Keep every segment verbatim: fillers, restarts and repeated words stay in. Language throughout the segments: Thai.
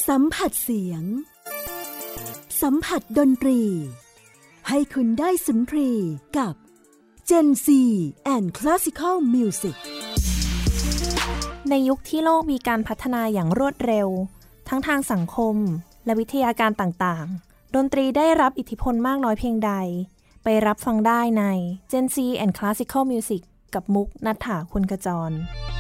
สัมผัสเสียงสัมผัสดนตรีให้คุณได้สุนทรีกับ Gen ซี and Classical Music ในยุคที่โลกมีการพัฒนาอย่างรวดเร็วทั้งทางสังคมและวิทยาการต่างๆดนตรีได้รับอิทธิพลมากน้อยเพียงใดไปรับฟังได้ใน Gen ซี and Classical Music กับมุกณัฐฐา คุณขจร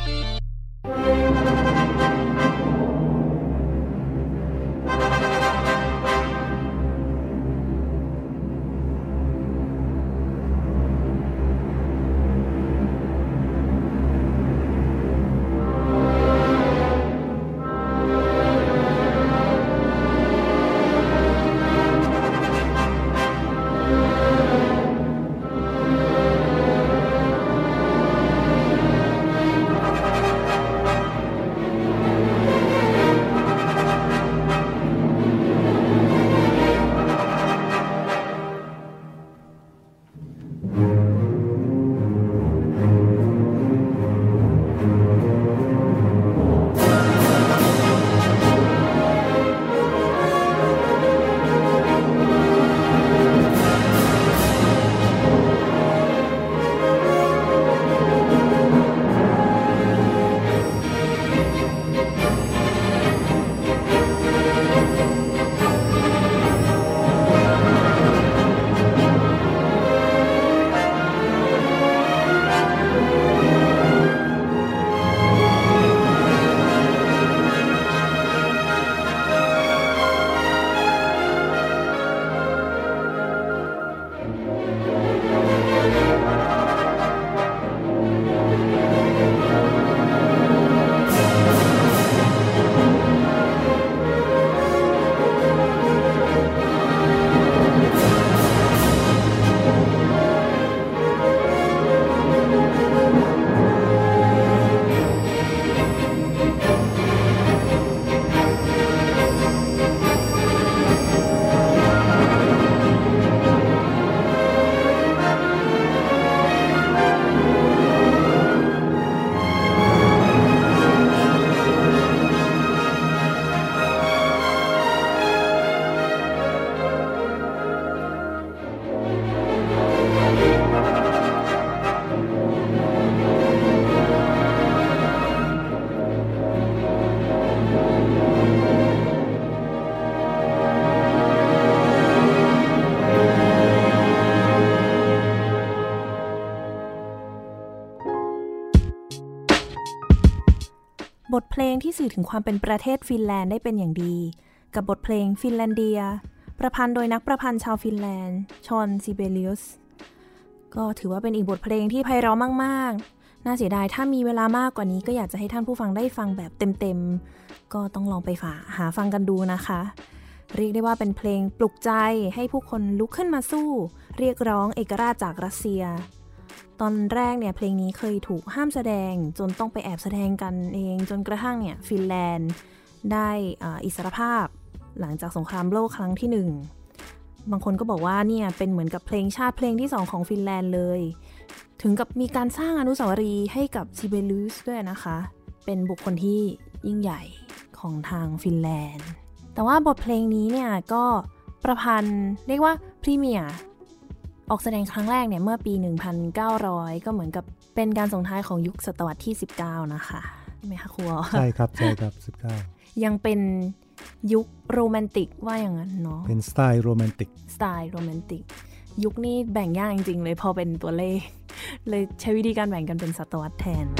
บทเพลงที่สื่อถึงความเป็นประเทศฟินแลนด์ได้เป็นอย่างดีกับบทเพลงฟินแลนเดียประพันธ์โดยนักประพันธ์ชาวฟินแลนด์ชอนซิเบเลียสก็ถือว่าเป็นอีกบทเพลงที่ไพเราะมากๆน่าเสียดายถ้ามีเวลามากกว่านี้ก็อยากจะให้ท่านผู้ฟังได้ฟังแบบเต็มๆก็ต้องลองไปฝาหาฟังกันดูนะคะเรียกได้ว่าเป็นเพลงปลุกใจให้ผู้คนลุกขึ้นมาสู้เรียกร้องเอกราชจากรัสเซียตอนแรกเนี่ยเพลงนี้เคยถูกห้ามแสดงจนต้องไปแอบแสดงกันเองจนกระทั่งเนี่ยฟินแลนด์ได้อิสรภาพหลังจากสงครามโลกครั้งที่หนึ่งบางคนก็บอกว่าเนี่ยเป็นเหมือนกับเพลงชาติเพลงที่สองของฟินแลนด์เลยถึงกับมีการสร้างอนุสาวรีย์ให้กับซิเบเลียสด้วยนะคะเป็นบุคคลที่ยิ่งใหญ่ของทางฟินแลนด์แต่ว่าบทเพลงนี้เนี่ยก็ประพันธ์เรียกว่าพรีเมียร์ออกแสดงครั้งแรกเนี่ยเมื่อปีหนึ่งพันเก้าร้อยก็เหมือนกับเป็นการส่งท้ายของยุคศตวรรษที่สิบเก้านะคะใช่ไหมคะครูใช่ครับใช่ครับสิบเก้ายังเป็นยุคโรแมนติกว่าอย่างนั้นเนาะเป็นสไตล์โรแมนติกสไตล์โรแมนติกยุคนี้แบ่งยากจริงๆเลยพอเป็นตัวเลขเลยใช้วิธีการแบ่งกันเป็นศตวรรษแทน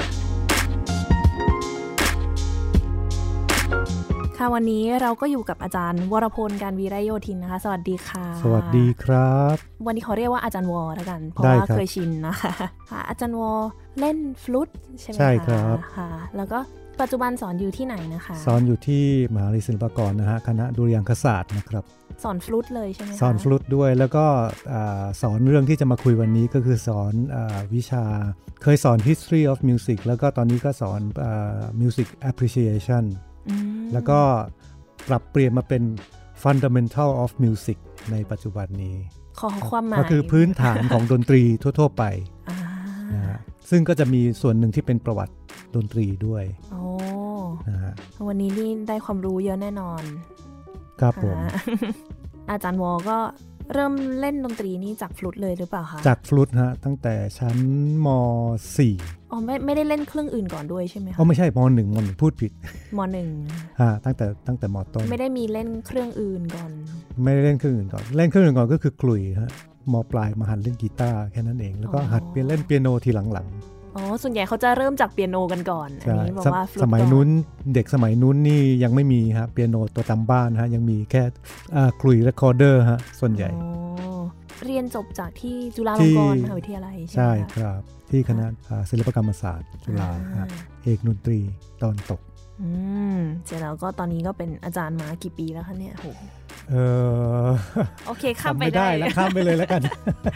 ค่ะวันนี้เราก็อยู่กับอาจารย์วรพลการวีระโยธินนะคะสวัสดีค่ะสวัสดีครับวันนี้ขอเรียกว่าอาจารย์วอแล้วกันเพราะว่าเคยชินนะคะค่ะอาจารย์วอเล่นฟลุตใช่ไหมคะใช่ครับค่ะแล้วก็ปัจจุบันสอนอยู่ที่ไหนนะคะสอนอยู่ที่มหาวิทยาลัยศิลปากรนะฮะคณะดุริยางคศาสตร์นะครับสอนฟลุตเลยใช่ไหมคะสอนฟลุตด้วยแล้วก็สอนเรื่องที่จะมาคุยวันนี้ก็คือสอนวิชาเคยสอน history of music แล้วก็ตอนนี้ก็สอน music appreciation แล้วก็ปรับเปลี่ยนมาเป็น fundamental of music ในปัจจุบันนี้ขอความหมายก็คือพื้นฐานของดนตรีทั่วๆไปนะฮะซึ่งก็จะมีส่วนหนึ่งที่เป็นประวัติดนตรีด้วยนะฮะวันนี้นี่ได้ความรู้เยอะแน่นอนครับผมอาจารย์วอก็เริ่มเล่นดนตรีนี่จากฟลุตเลยหรือเปล่าคะจากฟลุตฮะตั้งแต่ชั้นม.สี่อ๋อไม่ไม่ได้เล่นเครื่องอื่นก่อนด้วยใช่ไหมคะอ๋อไม่ใช่ม.หนึ่ง ม.หนึ่งพูดผิดม.หนึ่งฮะตั้งแต่ตั้งแต่ม.ต้นไม่ได้มีเล่นเครื่องอื่นก่อนไม่ได้เล่นเครื่องอื่นก่อนเล่นเครื่องอื่นก่อนก็คือขลุ่ยฮะม.ปลายมาหัดเล่นกีตาร์แค่นั้นเองแล้วก็หัดเล่นเปียโนทีหลังๆอ๋อส่วนใหญ่เขาจะเริ่มจากเปียโนกันก่อนอันนี้บอกว่าฟลุตสมัยนู้นเด็กสมัยนู้นนี่ยังไม่มีฮะเปียโนตัวตามบ้านฮะยังมีแค่ขลุ่ยเรคคอร์เดอร์ฮะส่วนใหญ่เรียนจบจากที่จุฬาลงกรณ์มหาวิทยาลัยใช่ครับที่คณะศิลปกรรมศาสตร์จุฬาเอกดนตรีตอนตกอืมเสร็จแล้วก็ตอนนี้ก็เป็นอาจารย์มากี่ปีแล้วคะเนี่ยโหเออโอเคข้ามไปได้แล้วข้ามไปเลยแล้วกัน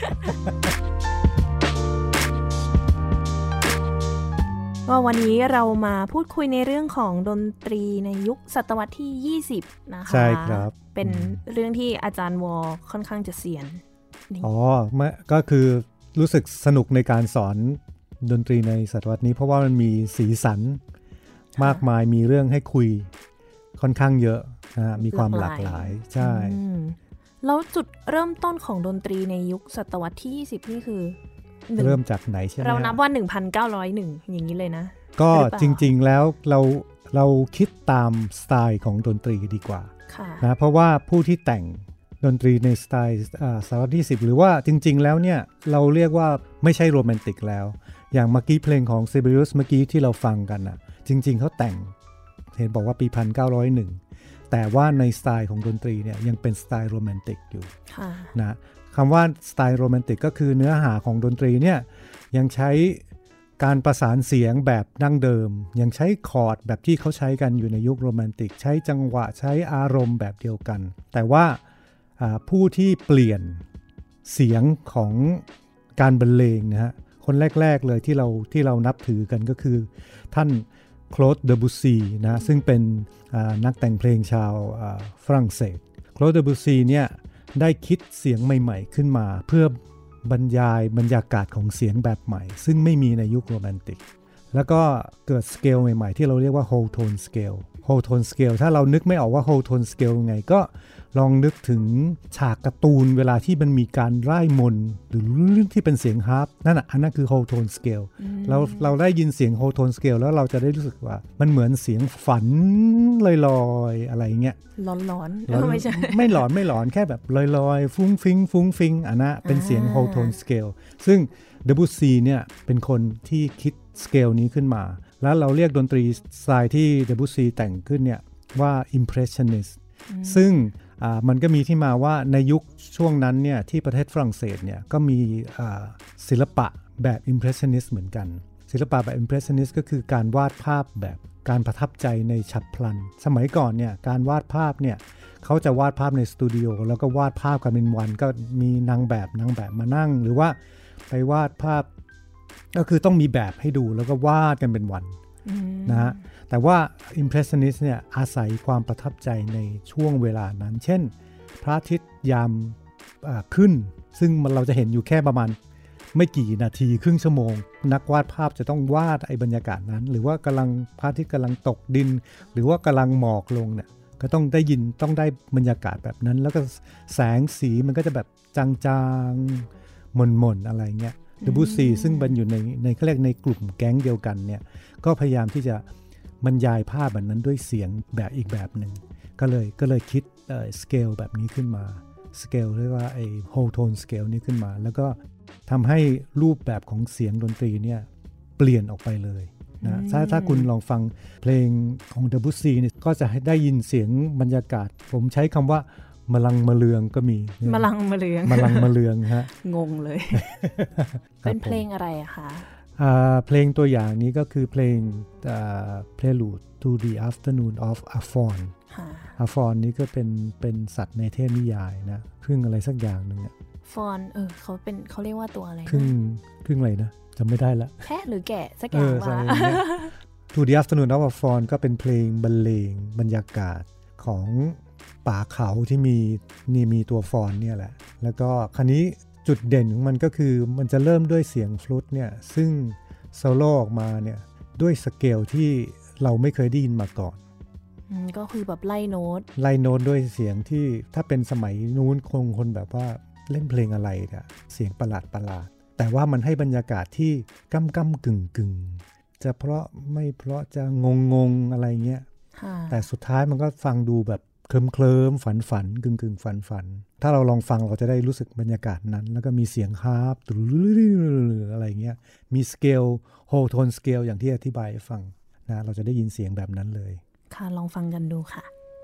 ก็วันนี้เรามาพูดคุยในเรื่องของดนตรีในยุคศตวรรษที่ยี่สิบนะคะใช่ครับเป็นเรื่องที่อาจารย์วอค่อนข้างจะเซียนอ๋อก็คือรู้สึกสนุกในการสอนดนตรีในศตวรรษนี้เพราะว่ามันมีสีสันมากมายมีเรื่องให้คุยค่อนข้างเยอะนะมีความหลากหลายใช่แล้วจุดเริ่มต้นของดนตรีในยุคศตวรรษที่ยี่สิบนี่คือเริ่มจากไหนใช่ไหมเรานับว่า หนึ่งพันเก้าร้อยเอ็ด อย่างนี้เลยนะก็จริงๆแล้วเราเราคิดตามสไตล์ของดนตรีดีกว่านะเพราะว่าผู้ที่แต่งดนตรีในสไตล์ศตวรรษที่สิบหรือว่าจริงๆแล้วเนี่ยเราเรียกว่าไม่ใช่โรแมนติกแล้วอย่างเมื่อกี้เพลงของซิเบริอุสเมื่อกี้ที่เราฟังกันน่ะจริงๆเขาแต่งเห็นบอกว่าปีหนึ่งพันเก้าร้อยเอ็ดแต่ว่าในสไตล์ของดนตรีเนี่ยยังเป็นสไตล์โรแมนติกอยู่นะคำว่าสไตล์โรแมนติกก็คือเนื้อหาของดนตรีเนี่ยยังใช้การประสานเสียงแบบดั้งเดิมยังใช้คอร์ดแบบที่เขาใช้กันอยู่ในยุคโรแมนติกใช้จังหวะใช้อารมณ์แบบเดียวกันแต่ว่าผู้ที่เปลี่ยนเสียงของการบรรเลงนะฮะคนแรกๆเลยที่เราที่เรานับถือกันก็คือท่านโคลด เดบูซีนะซึ่งเป็นนักแต่งเพลงชาวฝรั่งเศสโคลด เดบูซีเนี่ยได้คิดเสียงใหม่ๆขึ้นมาเพื่อบรรยายบรรยากาศของเสียงแบบใหม่ซึ่งไม่มีในยุคโรแมนติกแล้วก็เกิดสเกลใหม่ๆที่เราเรียกว่า whole tone scale whole tone scale ถ้าเรานึกไม่ออกว่า whole tone scale ยังไงก็ลองนึกถึงฉากการ์ตูนเวลาที่มันมีการร่ายมนต์หรือเรื่องที่เป็นเสียงฮาร์ปนั่นน่ะอันนั้นคือ whole tone scale เราเราได้ยินเสียง whole tone scale แล้วเราจะได้รู้สึกว่ามันเหมือนเสียงฝันลอยๆอะไรเงี้ยหลอนๆไม่ใช่ไม่หลอนไม่หลอนแค่แบบลอยๆฟุ้งฟิ้งฟุ้งฟิ้งอันนั้นเป็นเสียง whole tone scale ซึ่ง Debussy เนี่ยเป็นคนที่คิดสเกลนี้ขึ้นมาแล้วเราเรียกดนตรีสไตล์ที่ Debussy แต่งขึ้นเนี่ยว่า Impressionist ซึ่งมันก็มีที่มาว่าในยุคช่วงนั้นเนี่ยที่ประเทศฝรั่งเศสเนี่ยก็มีศิลปะแบบ Impressionist เหมือนกันศิลปะแบบ Impressionist ก็คือการวาดภาพแบบการประทับใจในฉับพลันสมัยก่อนเนี่ยการวาดภาพเนี่ยเขาจะวาดภาพในสตูดิโอแล้วก็วาดภาพกันเป็นวันก็มีนางแบบนางแบบมานั่งหรือว่าไปวาดภาพก็คือต้องมีแบบให้ดูแล้วก็วาดกันเป็นวันนะฮะแต่ว่า Impressionist เนี่ยอาศัยความประทับใจในช่วงเวลานั้นเช่นพระอาทิตย์ยามขึ้นซึ่งเราจะเห็นอยู่แค่ประมาณไม่กี่นาทีครึ่งชั่วโมงนักวาดภาพจะต้องวาดไอ้บรรยากาศนั้นหรือว่ากำลังพระอาทิตย์กำลังตกดินหรือว่ากำลังหมอกลงเนี่ยก็ต้องได้ยินต้องได้บรรยากาศแบบนั้นแล้วก็แสงสีมันก็จะแบบจางๆหม่นๆอะไรเงี้ยเดบูซีซึ่งเป็นอยู่ในในเขาเรียกในกลุ่มแก๊งเดียวกันเนี่ยก็พยายามที่จะบรรยายภาพแบบนั้นด้วยเสียงแบบอีกแบบหนึ่งก็เลยก็เลยคิดเอ่อสเกลแบบนี้ขึ้นมาสเกลเรียกว่าไอ้ whole tone scale นี้ขึ้นมาแล้วก็ทำให้รูปแบบของเสียงดนตรีเนี่ยเปลี่ยนออกไปเลยนะถ้าถ้าคุณลองฟังเพลงของ Debussy เนี่ยก็จะได้ยินเสียงบรรยากาศผมใช้คำว่ามลังมะเลืองก็มีมลังมะเลืองมลังมะเลืองฮะงงเลย เป็นเพลงอะไรอะคะเพลงตัวอย่างนี้ก็คือเพลง Prelude to the Afternoon of Aphon Aphon นี้ก็เป็นเป็นสัตว์ในเทพนิยายนะครึ่งอะไรสักอย่างนึงเนี่ยฟอนเออเขาเป็นเขาเรียกว่าตัวอะไรครึ่งครึ่งอะไรนะจำไม่ได้ละแพะหรือแกะสักอย่างว่า To the Afternoon of Aphon ก็เป็นเพลงบรรเลงบรรยากาศของป่าเขาที่มีนี่มีตัวฟอนเนี่ยแหละแล้วก็คราวนี้จุดเด่นของมันก็คือมันจะเริ่มด้วยเสียงฟลุตเนี่ยซึ่งโซโล่ออกมาเนี่ยด้วยสเกลที่เราไม่เคยได้ยินมาก่อนก็คือแบบไล่โน้ตไล่โน้ตด้วยเสียงที่ถ้าเป็นสมัยนู้นคงคนแบบว่าเล่นเพลงอะไรเนี่ยเสียงประหลาดประหลาดแต่ว่ามันให้บรรยากาศที่ก้ำก้ำกึ่งกึ่งจะเพราะไม่เพราะจะงงงอะไรเงี้ยแต่สุดท้ายมันก็ฟังดูแบบเคลิ้มเคลิ้มฝันฝันกึ่งกึ่งฝันฝันถ้าเราลองฟังเราจะได้รู้สึกบรรยากาศนั้นแล้วก็มีเสียงฮาร์ปอะไรเงี้ยมีสเกลโฮโทนสเกลอย่างที่อธิบายให้ฟังนะเราจะได้ยินเสียงแบบนั้นเลยค่ะลองฟังกันดูค่ะ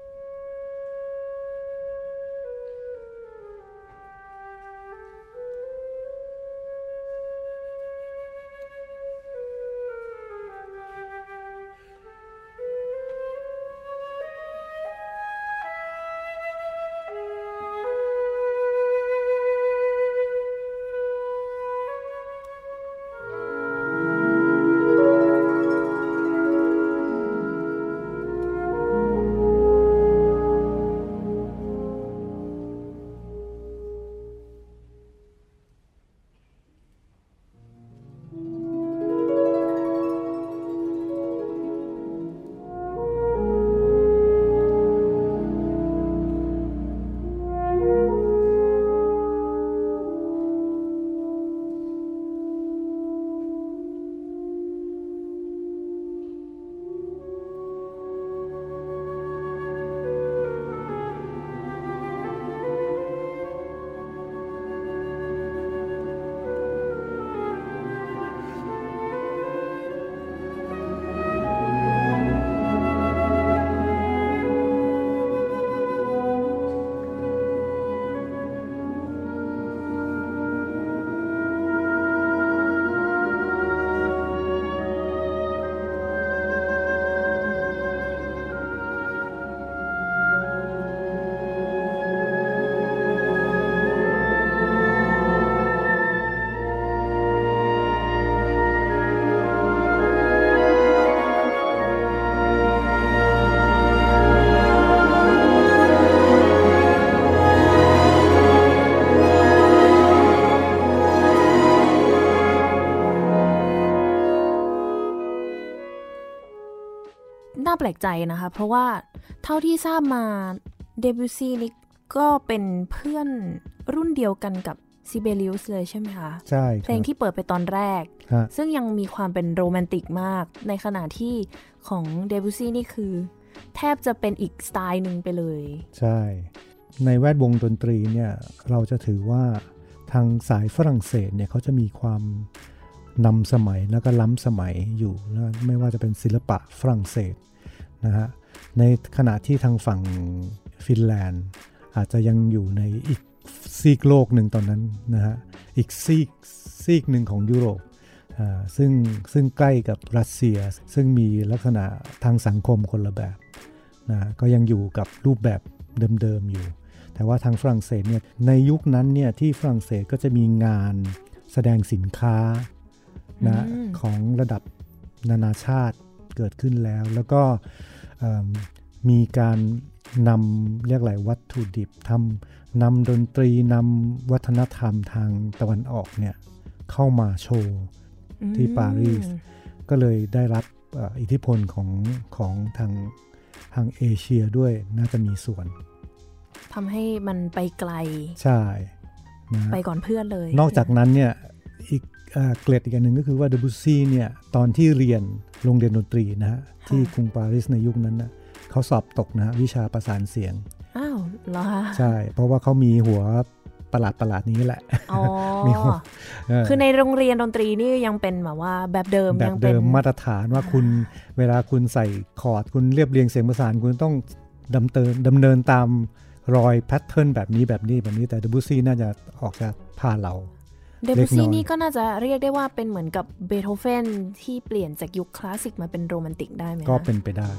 น่าแปลกใจนะคะเพราะว่าเท่าที่ทราบมาเดบิวซีนี่ก็เป็นเพื่อนรุ่นเดียวกันกับซิเบลิอุสเลยใช่ไหมคะใช่เพลงที่เปิดไปตอนแรกซึ่งยังมีความเป็นโรแมนติกมากในขณะที่ของเดบิวซีนี่คือแทบจะเป็นอีกสไตล์หนึ่งไปเลยใช่ในแวดวงดนตรีเนี่ยเราจะถือว่าทางสายฝรั่งเศสเนี่ยเขาจะมีความนำสมัยแล้วก็ล้ำสมัยอยู่นะไม่ว่าจะเป็นศิลปะฝรั่งเศสนะฮะในขณะที่ทางฝั่งฟินแลนด์อาจจะยังอยู่ในอีกซีกโลกหนึ่งตอนนั้นนะฮะอีกซีกซีกหนึ่งของยุโรปอ่าซึ่งซึ่งใกล้กับรัสเซียซึ่งมีลักษณะทางสังคมคนละแบบนะก็ยังอยู่กับรูปแบบเดิมๆอยู่แต่ว่าทางฝรั่งเศสเนี่ยในยุคนั้นเนี่ยที่ฝรั่งเศสก็จะมีงานแสดงสินค้านะของระดับนานาชาติเกิดขึ้นแล้วแล้วก็มีการนำเรียกอะไรวัตถุดิบทำนำดนตรีนำวัฒนธรรมทางตะวันออกเนี่ยเข้ามาโชว์ที่ปารีสก็เลยได้รับอิทธิพลของของทางทางเอเชียด้วยน่าจะมีส่วนทำให้มันไปไกลใช่นะไปก่อนเพื่อนเลยนอกจากนั้นเนี่ยอีกเกรดอีกอันหนึ่งก็คือว่าเดบูซี่เนี่ยตอนที่เรียนโรงเรียนดนตรีนะฮะที่กรุงปารีสในยุคนั้นนะเขาสอบตกนะวิชาประสานเสียงอ้าวเหรอคะใช่เพราะว่าเขามีหัวประหลาดประหลาดนี้แหละอ๋อมีหัวคือในโรงเรียนดนตรีนี่ยังเป็นแบบว่าแบบเดิมแบบเดิมมาตรฐานว่าคุณเวลาคุณใส่คอร์ดคุณเรียบเรียงเสียงประสานคุณต้องดำเนินดำเนินตามรอยแพทเทิร์นแบบนี้แบบนี้แบบนี้แต่เดบูซี่น่าจะออกจากพาเราเดบูซี่นี่ก็น่าจะเรียกได้ว่าเป็นเหมือนกับเบโธเฟนที่เปลี่ยนจากยุคคลาสสิกมาเป็นโรแมนติกได้ไหมก็เป็นไปได้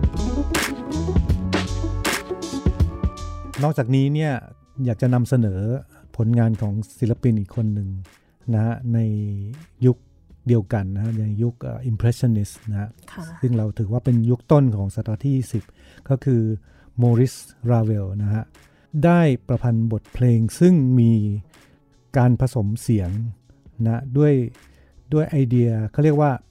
นอกจากนี้เนี่ยอยากจะนำเสนอผลงานของศิลปินอีกคนหนึ่งนะฮะในยุคเดียวกันนะในยุค Impressionist นะฮะซึ่งเราถือว่าเป็นยุคต้นของศตวรรษที่ยี่สิบก็คือโมริส ราเวลนะฮะได้ประพันธ์บทเพลงซึ่งมีการผสมเสียงนะด้วยด้วยไอเดียเขาเรียกว่า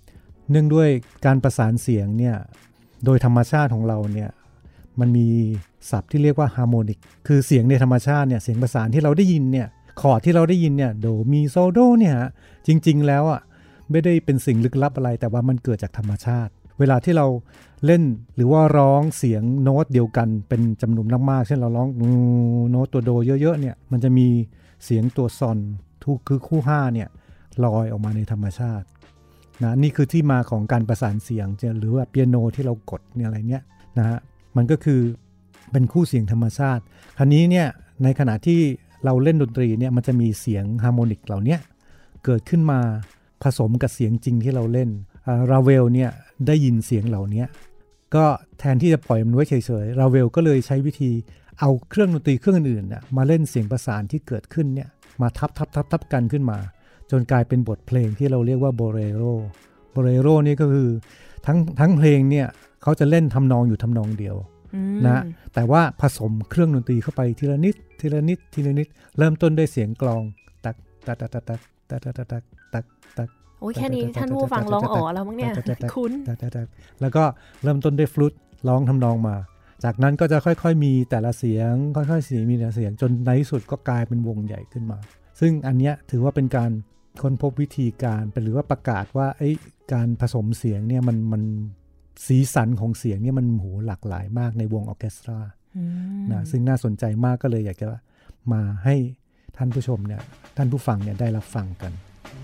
เนื่องด้วยการประสานเสียงเนี่ยโดยธรรมชาติของเราเนี่ยมันมีศัพท์ที่เรียกว่าฮาร์โมนิกคือเสียงในธรรมชาติเนี่ยเสียงประสานที่เราได้ยินเนี่ยคอร์ดที่เราได้ยินเนี่ยโดมีโซโดเนี่ยจริงๆแล้วอ่ะไม่ได้เป็นสิ่งลึกลับอะไรแต่ว่ามันเกิดจากธรรมชาติเวลาที่เราเล่นหรือว่าร้องเสียงโน้ตเดียวกันเป็นจำนวนมากๆเช่นเราร้องโน้ตตัวโดเยอะๆเนี่ยมันจะมีเสียงตัวซอนทุกคือคู่ห้าเนี่ยลอยออกมาในธรรมชาตินะนี่คือที่มาของการประสานเสียงหรือว่าเปียโนที่เรากดเนี่ยอะไรเนี่ยนะฮะมันก็คือเป็นคู่เสียงธรรมชาติคราวนี้เนี่ยในขณะที่เราเล่นดนตรีเนี่ยมันจะมีเสียงฮาร์โมนิกเหล่านี้เกิดขึ้นมาผสมกับเสียงจริงที่เราเล่นราเวลเนี่ยได้ยินเสียงเหล่านี้ก็แทนที่จะปล่อยมันไว้เฉยๆราเวลก็เลยใช้วิธีเอาเครื่องดนตรีเครื่องอื่นๆน่ะมาเล่นเสียงประสานที่เกิดขึ้นเนี่ยมาทับทับทับทับกันขึ้นมาจนกลายเป็นบทเพลงที่เราเรียกว่าโบเรโรโบเรโรนี่ก็คือทั้งทั้งเพลงเนี่ยเขาจะเล่นทำนองอยู่ทำนองเดียวนะแต่ว่าผสมเครื่องดนตรีเข้าไปทีละนิดทีละนิดทีละนิดเริ่มต้นด้วยเสียงกลองตักตักตักตักตักตักตักตักตักตักโอ้ยแค่นี้ท่านผู้ฟังร้องอ๋อแล้วมั้งเนี่ยคุ้นแล้วก็เริ่มต้นด้วยฟลุตร้องทำนองมาจากนั้นก็จะค่อยๆมีแต่ละเสียงค่อยๆเสียงมีแต่ละเสียงจนในที่สุดก็กลายเป็นวงใหญ่ขึ้นมาซึ่งอันเนี้ยถือว่าเป็นการค้นพบวิธีการเป็นหรือว่าประกาศว่าไอ้การผสมเสียงเนี่ยมันมันสีสันของเสียงเนี่ยมันโหหลากหลายมากในวงออร์เคสตรานะซึ่งน่าสนใจมากก็เลยอยากจะมาให้ท่านผู้ชมเนี่ยท่านผู้ฟังเนี่ยได้รับฟังกัน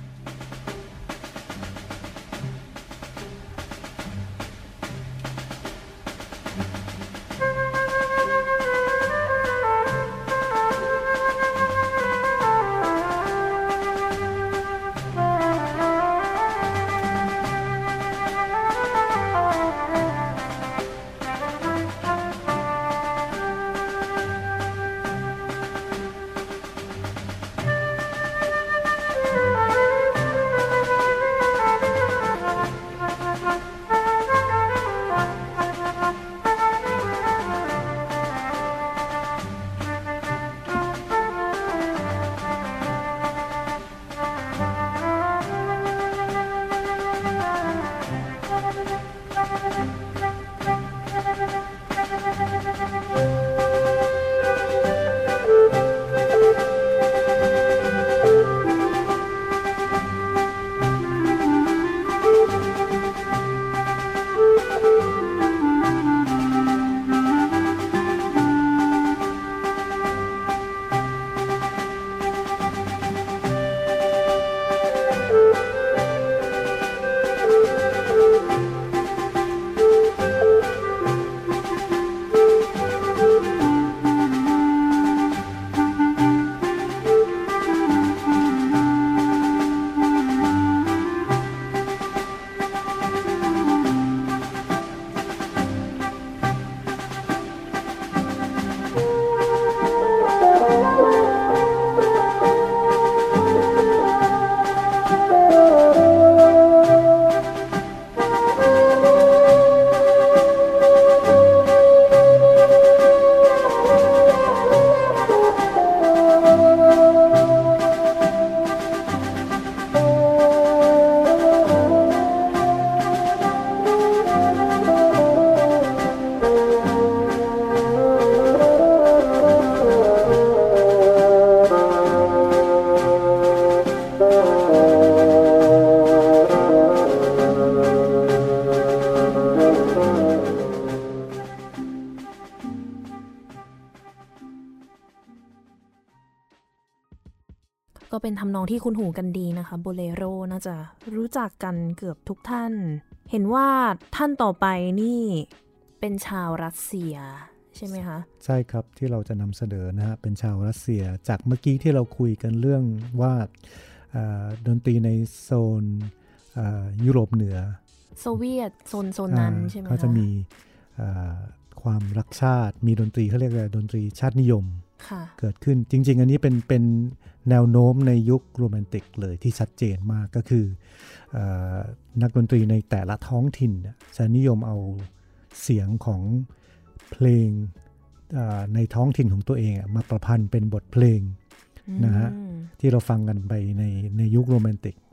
ก็เป็นทำนองที่คุ้นหูกันดีนะคะโบเลโรน่าจะรู้จักกันเกือบทุกท่านเห็นว่าท่านต่อไปนี่เป็นชาวรัสเซียใช่ไหมคะใช่ครับที่เราจะนำเสนอนะฮะเป็นชาวรัสเซียจากเมื่อกี้ที่เราคุยกันเรื่องว่าดนตรีในโซนยุโรปเหนือโซเวียตโซนโซนนั้นใช่ไหมคะเขาจะมีความรักชาติมีดนตรีเขาเรียกว่าดนตรีชาตินิยมเกิดขึ้นจริงๆอันนี้เป็นเป็นแนวโน้มในยุคโรแมนติกเลยที่ชัดเจนมากก็คือนักดนตรีในแต่ละท้องถิ่นจะนิยมเอาเสียงของเพลงในท้องถิ่นของตัวเองมาประพันธ์เป็นบทเพลงนะฮะที่เราฟังกันไปในในยุคโรแมนติก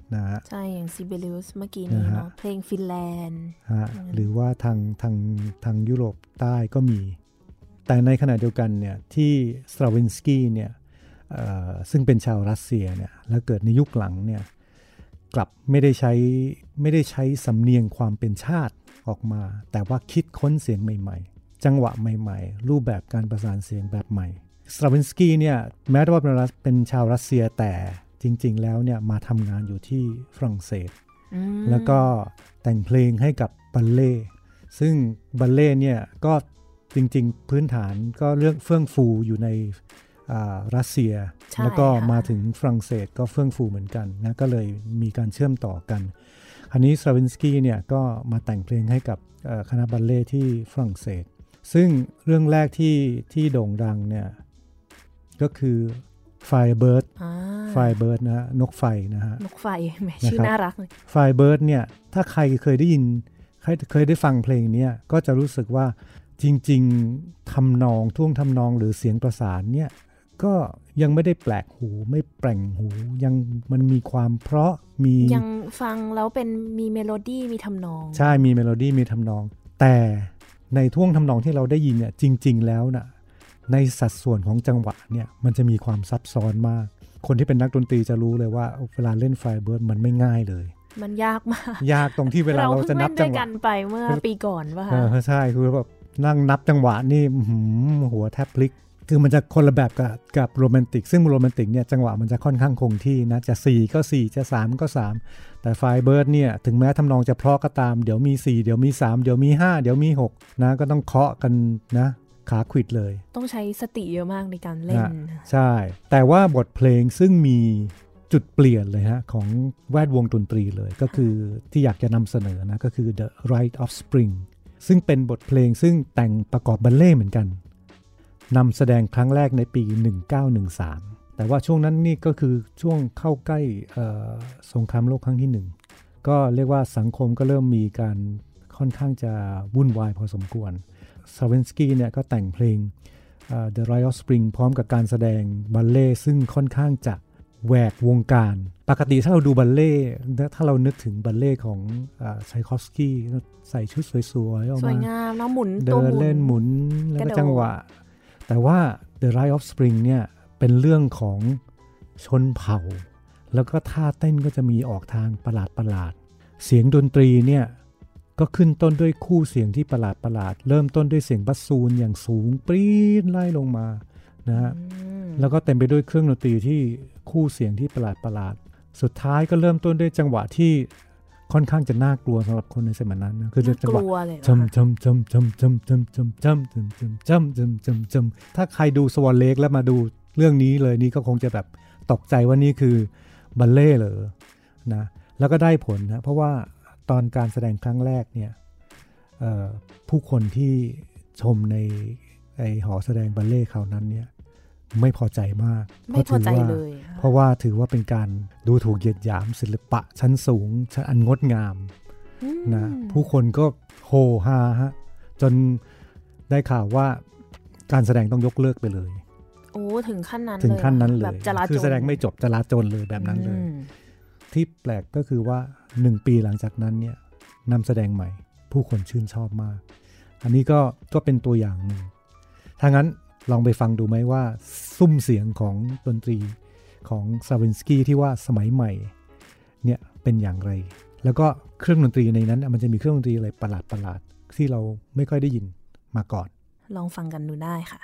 นะฮะใช่อย่างซิเบลิอุสเมื่อกี้นี้เนาะเพลงฟินแลนด์ฮะหรือว่าทางทางทางยุโรปใต้ก็มีแต่ในขณะเดียวกันเนี่ยที่สตราวินสกี้เนี่ยซึ่งเป็นชาวรัสเซียเนี่ยแล้วเกิดในยุคหลังเนี่ยกลับไม่ได้ใช้ไม่ได้ใช้สำเนียงความเป็นชาติออกมาแต่ว่าคิดค้นเสียงใหม่ๆจังหวะใหม่ๆรูปแบบการประสานเสียงแบบใหม่สตราวินสกี้เนี่ยแม้ว่าเป็นชาวรัสเซียแต่จริงๆแล้วเนี่ยมาทำงานอยู่ที่ฝรั่งเศสแล้วก็แต่งเพลงให้กับบัลเล่ซึ่งบัลเล่เนี่ยก็จริงๆพื้นฐานก็เรื่องเฟื่องฟูอยู่ในรัสเซียแล้วก็มาถึงฝรั่งเศสก็เฟื่องฟูเหมือนกันนะก็เลยมีการเชื่อมต่อกันคราวนี้สตราวินสกี้เนี่ยก็มาแต่งเพลงให้กับคณะบัลเล่ที่ฝรั่งเศสซึ่งเรื่องแรกที่ที่โด่งดังเนี่ยก็คือ Firebird Firebird นะฮะนกไฟนะฮะนกไฟแหมชื่อน่ารักเลย Firebird เนี่ยถ้าใครเคยได้ยินใครเคยได้ฟังเพลงนี้ก็จะรู้สึกว่าจริงๆทำนองท่วงทำนองหรือเสียงประสานเนี่ยก็ยังไม่ได้แปลกหูไม่แปลงหูยังมันมีความเพราะมียังฟังแล้วเป็นมีเมโลดี้มีทำนองใช่มีเมโลดี้มีทำนองแต่ในท่วงทำนองที่เราได้ยินเนี่ยจริงๆแล้วน่ะในสัดส่วนของจังหวะเนี่ยมันจะมีความซับซ้อนมากคนที่เป็นนักดนตรีจะรู้เลยว่าเวลาเล่น Firebird มันไม่ง่ายเลยมันยากมากยากตรงที่เวลาเราจะนับจังหวะเราเพิ่งเล่นด้วยกันไปเมื่อปีก่อนป่ะคะเออใช่คือแบบนั่งนับจังหวะนี่หัวแทบพลิกคือมันจะคนละแบบกับกับโรแมนติกซึ่งโรแมนติกเนี่ยจังหวะมันจะค่อนข้างคงที่นะจะสี่ก็สี่จะสามก็สามแต่ไฟเบิร์ดเนี่ยถึงแม้ทำนองจะเพราะก็ตามเดี๋ยวมีสี่เดี๋ยวมีสามเดี๋ยวมีห้าเดี๋ยวมีหกนะก็ต้องเคาะกันนะขาขวิดเลยต้องใช้สติเยอะมากในการเล่นใช่แต่ว่าบทเพลงซึ่งมีจุดเปลี่ยนเลยฮะของแวดวงดนตรีเลยก็คือที่อยากจะนำเสนอนะก็คือ The Rite of Spring ซึ่งเป็นบทเพลงซึ่งแต่งประกอบบัลเล่ต์เหมือนกันนำแสดงครั้งแรกในปีหนึ่งเก้าหนึ่งสามแต่ว่าช่วงนั้นนี่ก็คือช่วงเข้าใกล้สงครามโลกครั้งที่หนึ่งก็เรียกว่าสังคมก็เริ่มมีการค่อนข้างจะวุ่นวายพอสมควรสตราวินสกี้เนี่ยก็แต่งเพลง The Rite of Spring พร้อมกับการแสดงบัลเล่ต์ซึ่งค่อนข้างจะแหวกวงการปกติถ้าเราดูบัลเล่ต์ถ้าเรานึกถึงบัลเล่ต์ของไชคอฟสกี้ใส่ชุดสวยๆออกมาสวยงามแล้วหมุนเดินเล่นหมุนแล้วก็จังหวะแต่ว่า The Rite of Spring เนี่ยเป็นเรื่องของชนเผ่าแล้วก็ท่าเต้นก็จะมีออกทางประหลาดประหลาดเสียงดนตรีเนี่ยก็ขึ้นต้นด้วยคู่เสียงที่ประหลาดประหลาดเริ่มต้นด้วยเสียงบัสซูนอย่างสูงปรี๊ดไล่ลงมานะฮะแล้วก็เต็มไปด้วยเครื่องดนตรีที่คู่เสียงที่ประหลาดประหลาดสุดท้ายก็เริ่มต้นด้วยจังหวะที่ค่อนข้างจะน่ากลัวสำหรับคนในสมัยนั้นนะคือจังหวะจำจำจำจำจำจำจำจำจำจำจำจำจำจำถ้าใครดูสวอนเลกแล้วมาดูเรื่องนี้เลยนี่ก็คงจะแบบตกใจว่านี่คือบัลเล่ต์เหรอนะแล้วก็ได้ผลนะเพราะว่าตอนการแสดงครั้งแรกเนี่ยผู้คนที่ชมในไอหอแสดงบัลเล่ต์คราวนั้นเนี่ยไม่พอใจมากไม่พอใจเลยเพราะว่าถือว่าเป็นการดูถูกเหยียดหยามศิลปะชั้นสูงชั้นอันงดงามนะผู้คนก็โห่ฮาฮะจนได้ข่าวว่าการแสดงต้องยกเลิกไปเลยโอ้ถึงขั้นนั้นถึงขั้นนั้นเลยคือแสดงไม่จบจลาจลเลยแบบนั้นเลยที่แปลกก็คือว่าหนึ่งปีหลังจากนั้นเนี่ยนำแสดงใหม่ผู้คนชื่นชอบมากอันนี้ก็ก็เป็นตัวอย่างหนึ่งถ้างั้นลองไปฟังดูไหมว่าซุ้มเสียงของดนตรีของสตราวินสกี้ที่ว่าสมัยใหม่เนี่ยเป็นอย่างไรแล้วก็เครื่องดนตรีในนั้นมันจะมีเครื่องดนตรีอะไรประหลาดประหลาดที่เราไม่ค่อยได้ยินมาก่อนลองฟังกันดูได้ค่ะ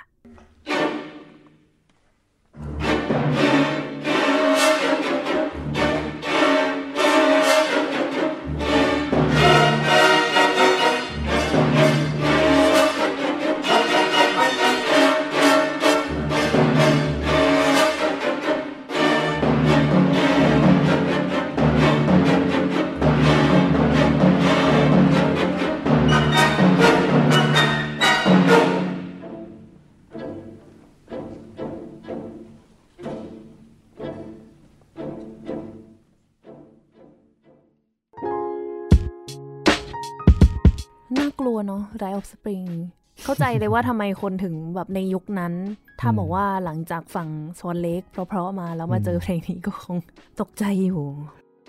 น่ากลัวเนาะ Rite of Spring เข้าใจเลยว่าทำไมคนถึงแบบในยุคนั้นถ้าบอกว่าหลังจากฝั่งซอนเล็กเพราะๆมาแล้วมาเจอเพลงนี้ก็คงตกใจอยู่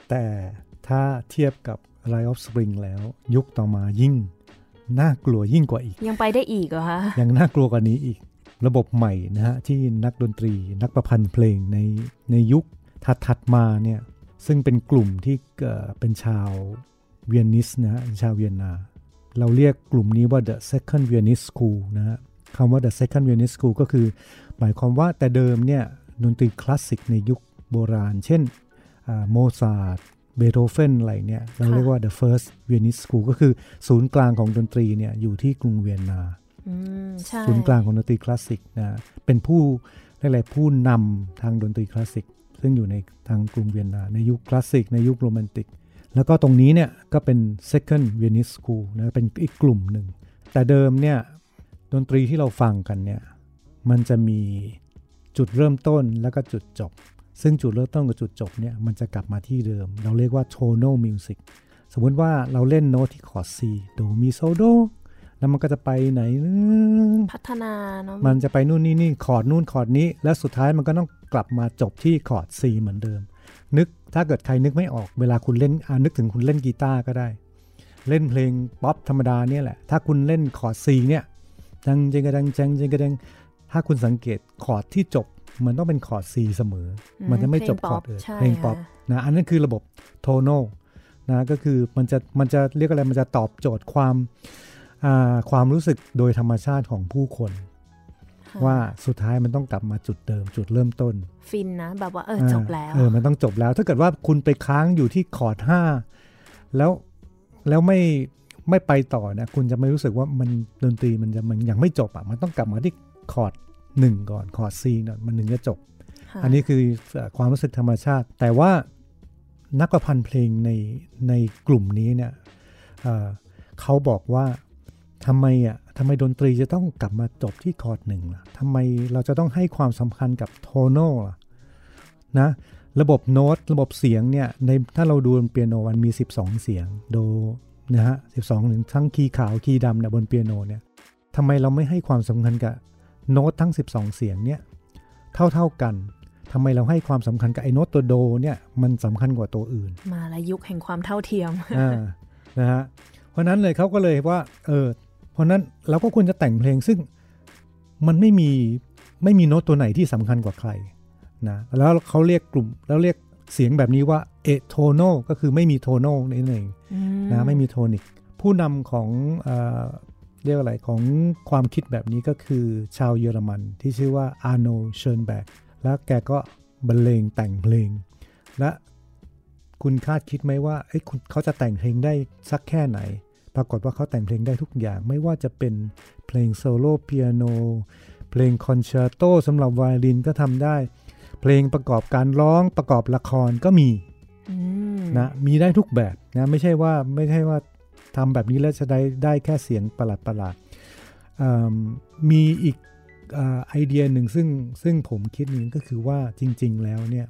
แต่ถ้าเทียบกับ Rise of Spring แล้วยุคต่อมายิ่งน่ากลัวยิ่งกว่าอีกยังไปได้อีกเหรอคะยังน่ากลัวกว่านี้อีกระบบใหม่นะฮะที่นักดนตรีนักประพันธ์เพลงในในยุคถัดๆมาเนี่ยซึ่งเป็นกลุ่มที่เป็นชาวเวียนิสนะฮะชาวเวียนนาเราเรียกกลุ่มนี้ว่า The Second Viennese School นะฮะคำว่า The Second Viennese School ก็คือหมายความว่าแต่เดิมเนี่ยดนตรีคลาสสิกในยุคโบราณเช่นโมซาร์ทเบโธเฟนอะไรเนี่ยเราเรียกว่า The First Viennese School ก็คือศูนย์กลางของดนตรีเนี่ยอยู่ที่กรุงเวียนนาศูนย์กลางของดนตรีคลาสสิกนะเป็นผู้เรียกอะไรผู้นำทางดนตรีคลาสสิกซึ่งอยู่ในทางกรุงเวียนนาในยุคคลาสสิกในยุคโรแมนติกแล้วก็ตรงนี้เนี่ยก็เป็น Second Viennese School นะเป็นอีกกลุ่มหนึ่งแต่เดิมเนี่ยดนตรีที่เราฟังกันเนี่ยมันจะมีจุดเริ่มต้นแล้วก็จุดจบซึ่งจุดเริ่มต้นกับจุดจบเนี่ยมันจะกลับมาที่เดิมเราเรียกว่า tonal music สมมติว่าเราเล่นโน้ตที่คอร์ด C โดมีโซโดแล้วมันก็จะไปไหนพัฒนาเนาะมันจะไปนู่นนี่นี่คอร์ดนู่นคอร์ดนี้แล้วสุดท้ายมันก็ต้องกลับมาจบที่คอร์ด C เหมือนเดิมนึกถ้าเกิดใครนึกไม่ออกเวลาคุณเล่นอ่านึกถึงคุณเล่นกีตาร์ก็ได้เล่นเพลงป๊อปธรรมดาเนี่ยแหละถ้าคุณเล่นคอร์ด C เนี่ยจังจังกระดังจังจังกระดังถ้าคุณสังเกตคอร์ดที่จบมันต้องเป็นคอร์ด C เสมอมันจะไม่จบคอร์ดอื่นเพลงป๊อปนะอันนั้นคือระบบโทโนนะก็คือมันจะมันจะเรียกอะไรมันจะตอบโจทย์ความความรู้สึกโดยธรรมชาติของผู้คนว่าสุดท้ายมันต้องกลับมาจุดเดิมจุดเริ่มต้นฟินนะแบบว่าเออจบแล้วเออมันต้องจบแล้วถ้าเกิดว่าคุณไปค้างอยู่ที่คอร์ดห้าแล้วแล้วไม่ไม่ไปต่อนะคุณจะไม่รู้สึกว่ามันดนตรีมันจะมันยังไม่จบอ่ะมันต้องกลับมาที่คอร์ดหนึ่งก่อนคอร์ด C ก่อนมันถึงจะจบอันนี้คือความรู้สึกธรรมชาติแต่ว่านักประพันธ์เพลงในในกลุ่มนี้เนี่ย เอ่อ เขาบอกว่าทำไมอ่ะทำไมดนตรีจะต้องกลับมาจบที่คอร์ดหนึ่งล่ะทำไมเราจะต้องให้ความสำคัญกับโทโนล่ะนะระบบโน้ตระบบเสียงเนี่ยในถ้าเราดูบนเปียโนมันมีสิบสองเสียงโดนะฮะสิบสองถึงทั้งคีย์ขาวคีย์ดำเนี่ยบนเปียโนเนี่ยทำไมเราไม่ให้ความสำคัญกับโน้ตทั้งสิบสองเสียงเนี่ยเท่าๆกันทำไมเราให้ความสำคัญกับไอ้โน้ตตัวโดเนี่ยมันสำคัญกว่าตัวอื่นมาละยุคแห่งความเท่าเทียมอ่านะฮะเพราะนั้นเลยเขาก็เลยว่าเออเพราะนั้นเราก็ควรจะแต่งเพลงซึ่งมันไม่มีไม่มีโน้ตตัวไหนที่สำคัญกว่าใครนะแล้วเขาเรียกกลุ่มแล้วเรียกเสียงแบบนี้ว่าเอโทโนก็คือไม่มีโทโนนั่นเองนะไม่มีโทนิกผู้นำของเอ่อเรียกอะไรของความคิดแบบนี้ก็คือชาวเยอรมันที่ชื่อว่าอาร์โนเชิร์นแบกแล้วแกก็บรรเลงแต่งเพลงและคุณคาดคิดไหมว่าเอ้ยเขาจะแต่งเพลงได้สักแค่ไหนปรากฏว่าเขาแต่งเพลงได้ทุกอย่างไม่ว่าจะเป็นเพลงโซโล่เปียโนเพลงคอนแชร์โตสำหรับไวโอลินก็ทำได้เพลงประกอบการร้องประกอบละครก็มีนะมีได้ทุกแบบนะไม่ใช่ว่าไม่ใช่ว่าทำแบบนี้แล้วจะได้ได้แค่เสียงประหลาดประหลาดมีอีกไอเดียหนึ่งซึ่งซึ่งผมคิดนึงก็คือว่าจริงๆแล้วเนี่ย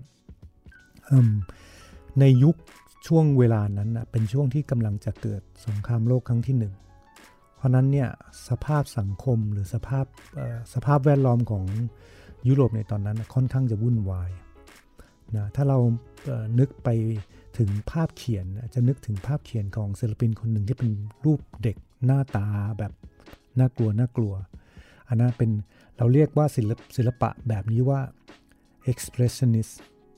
ในยุคช่วงเวลานั้นนะเป็นช่วงที่กำลังจะเกิดสงครามโลกครั้งที่หนึ่งเพราะนั้นเนี่ยสภาพสังคมหรือสภาพสภาพแวดล้อมของยุโรปในตอนนั้นค่อนข้างจะวุ่นวายนะถ้าเรานึกไปถึงภาพเขียนจะนึกถึงภาพเขียนของศิลปินคนหนึ่งที่เป็นรูปเด็กหน้าตาแบบน่ากลัวน่ากลัวอันนั้นเป็นเราเรียกว่าศิลปศิลปะแบบนี้ว่า expressionist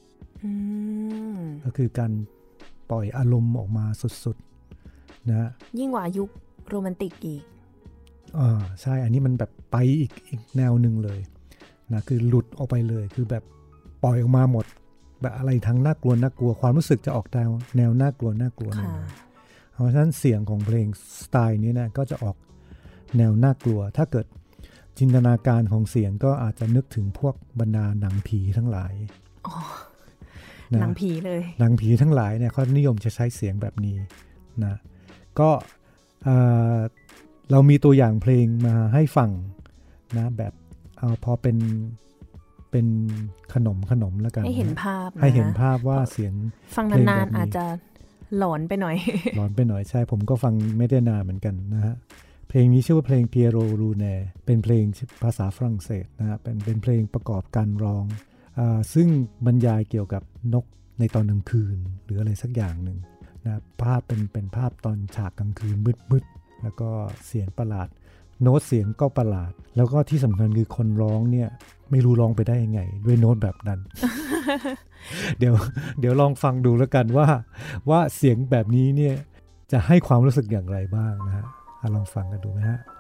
ก็คือการปล่อยอารมณ์ออกมาสุดๆนะยิ่งกว่ายุคโรแมนติกอีกอ่าใช่อันนี้มันแบบไปอีกอีกแนวหนึ่งเลยนะคือหลุดออกไปเลยคือแบบปล่อยออกมาหมดแบบอะไรทั้งน่ากลัวน่ากลัวความรู้สึกจะออกแนวแนวน่ากลัวน่ากลัวนั่นเพราะฉะนั้นเสียงของเพลงสไตล์นี้นะก็จะออกแนวน่ากลัวถ้าเกิดจินตนาการของเสียงก็อาจจะนึกถึงพวกบรรดาหนังผีทั้งหลายอ๋อหนังผีเลยหนังผีทั้งหลายเนี่ยเขานิยมจะใช้เสียงแบบนี้นะก็เรามีตัวอย่างเพลงมาให้ฟังนะแบบเอาพอเป็นเป็นขนมขนมแล้วกันให้เห็นภาพให้เห็นภาพว่าเสียงฟังนานๆอาจจะหลอนไปหน่อยหลอนไปหน่อยใช่ผมก็ฟังไม่ได้นานเหมือนกันนะฮะเพลงนี้ชื่อว่าเพลง Pierrot Lunaire เป็นเพลงภาษาฝรั่งเศสนะฮะเป็นเป็นเพลงประกอบการร้องอ่าซึ่งบรรยายเกี่ยวกับนกในตอนกลางคืนหรืออะไรสักอย่างหนึ่งนะภาพเป็นเป็นภาพตอนฉากกลางคืนมืดๆแล้วก็เสียงประหลาดโน้ตเสียงก็ประหลาดแล้วก็ที่สำคัญคือคนร้องเนี่ยไม่รู้ร้องไปได้ยังไงด้วยโน้ตแบบนั้น เดี๋ยวเดี๋ยวลองฟังดูแล้วกันว่าว่าเสียงแบบนี้เนี่ยจะให้ความรู้สึกอย่างไรบ้างนะฮะลองฟังกันดูไหมฮะ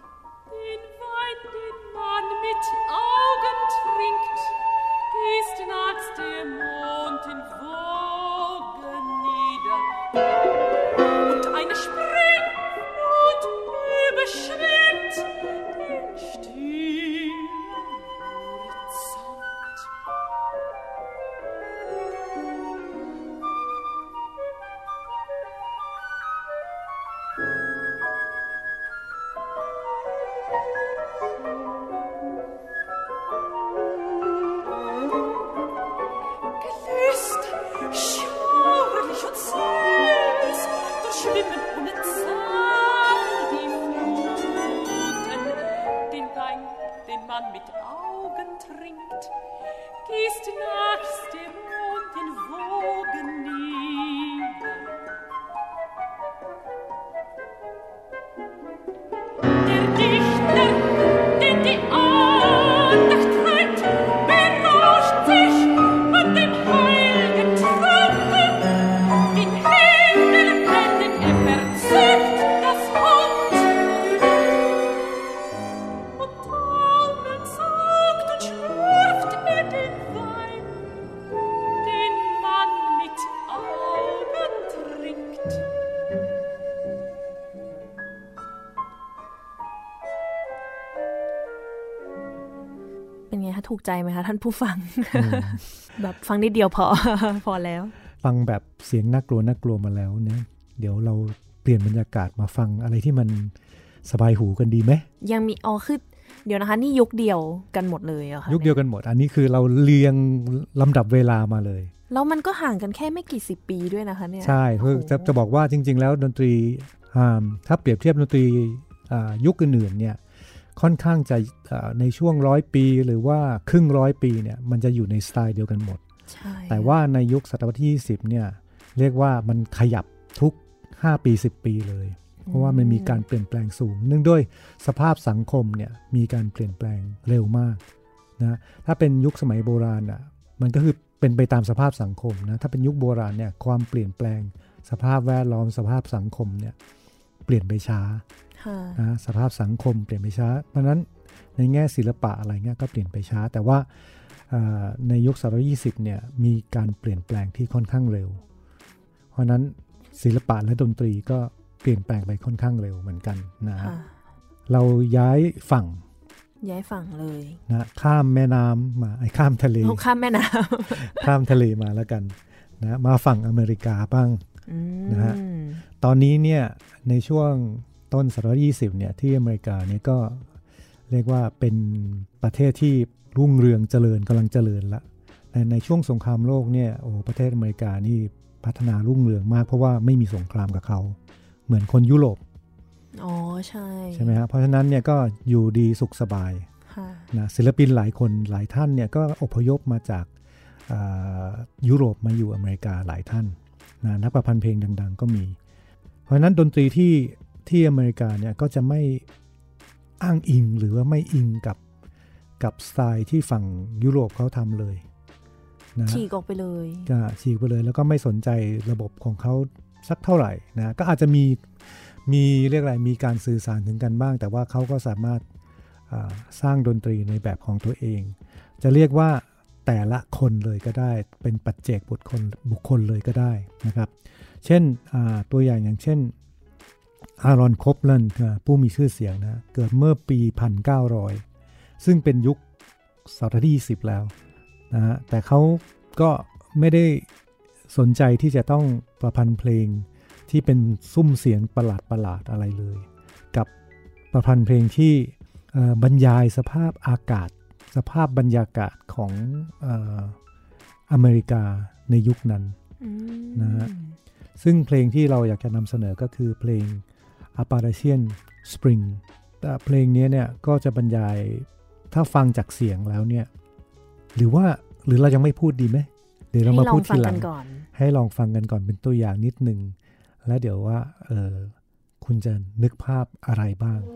ถูกใจไหมคะท่านผู้ฟัง แบบฟังนิดเดียวพอ พอแล้วฟังแบบเสียงน่ากลัวน่ากลัวมาแล้วเนี่ยเดี๋ยวเราเปลี่ยนบรรยากาศมาฟังอะไรที่มันสบายหูกันดีไหมยังมีอ๋อคือเดี๋ยวนะคะนี่ยุคเดียวกันหมดเลยเหรอคะยุคเดียวกันหมดอันนี้คือเราเรียงลำดับเวลามาเลยแล้วมันก็ห่างกันแค่ไม่กี่สิบปีด้วยนะคะเนี่ยใช่คือจะจะบอกว่าจริงๆแล้วดนตรีถ้าเปรียบเทียบดนตรียุคอื่นๆเนี่ยค่อนข้างจะในช่วงร้อยปีหรือว่าครึ่งร้อยปีเนี่ยมันจะอยู่ในสไตล์เดียวกันหมดแต่ว่าในยุคศตวรรษที่ยี่สิบเนี่ยเรียกว่ามันขยับทุกห้าปีสิบปีเลยเพราะว่ามันมีการเปลี่ยนแปลงสูงเนื่องด้วยสภาพสังคมเนี่ยมีการเปลี่ยนแปลงเร็วมากนะถ้าเป็นยุคสมัยโบราณอ่ะมันก็คือเป็นไปตามสภาพสังคมนะถ้าเป็นยุคโบราณเนี่ยความเปลี่ยนแปลงสภาพแวดล้อมสภาพสังคมเนี่ยเปลี่ยนไปช้านะสภาพสังคมเปลี่ยนไปช้าเพราะนั้นในแง่ศิลปะอะไรเงี้ยก็เปลี่ยนไปช้าแต่ว่าในยุคศตวรรษที่ยี่สิบเนี่ยมีการเปลี่ยนแปลงที่ค่อนข้างเร็วเพราะนั้นศิลปะและดนตรีก็เปลี่ยนแปลงไปค่อนข้างเร็วเหมือนกันนะเราย้ายฝั่งย้ายฝั่งเลยนะข้ามแม่น้ำมาไอ้ข้ามทะเลข้ามแม่น้ำข้ามทะเลมาแล้วกันนะมาฝั่งอเมริกาบ้างนะฮะตอนนี้เนี่ยในช่วงต้นศตวรรษที่ยี่สิบเนี่ยที่อเมริกาเนี่ยก็เรียกว่าเป็นประเทศที่รุ่งเรืองเจริญกำลังเจริญละในในช่วงสงครามโลกเนี่ยโอ้ประเทศอเมริกานี่พัฒนารุ่งเรืองมากเพราะว่าไม่มีสงครามกับเขาเหมือนคนยุโรปอ๋อใช่ใช่ไหมครับเพราะฉะนั้นเนี่ยก็อยู่ดีสุขสบายนะศิลปินหลายคนหลายท่านเนี่ยก็อพยพมาจากยุโรปมาอยู่อเมริกาหลายท่านนะนักประพันธ์เพลงดังๆก็มีเพราะฉะนั้นดนตรีที่ที่อเมริกาเนี่ยก็จะไม่อ้างอิงหรือว่าไม่อิงกับกับสไตล์ที่ฝั่งยุโรปเขาทำเลยนะฉีกออกไปเลยก็ฉีกไปเลยแล้วก็ไม่สนใจระบบของเขาสักเท่าไหร่นะก็อาจจะมีมีเรียกอะไรมีการสื่อสารถึงกันบ้างแต่ว่าเขาก็สามารถสร้างดนตรีในแบบของตัวเองจะเรียกว่าแต่ละคนเลยก็ได้เป็นปัจเจกบุคคลบุคคลเลยก็ได้นะครับเช่นตัวอย่างอย่างเช่นอารอนโคปแลนด์ผู้มีชื่อเสียงนะเกิดเมื่อปีหนึ่งพันเก้าร้อยซึ่งเป็นยุคศตวรรษที่ยี่สิบแล้วนะฮะแต่เขาก็ไม่ได้สนใจที่จะต้องประพันธ์เพลงที่เป็นซุ้มเสียงประหลาดประหลาดอะไรเลยกับประพันธ์เพลงที่บรรยายสภาพอากาศสภาพบรรยากาศของเอ่ออเมริกาในยุคนั้นนะฮะซึ่งเพลงที่เราอยากจะนำเสนอก็คือเพลง Appalachian Spring แต่เพลงนี้เนี่ยก็จะบรรยายถ้าฟังจากเสียงแล้วเนี่ยหรือว่าหรือเรายังไม่พูดดีไหมเดี๋ยวเรามาพูดทีหลังให้ลองฟังกันก่อนเป็นตัวอย่างนิดนึงแล้วเดี๋ยวว่าเออคุณจะนึกภาพอะไรบ้าง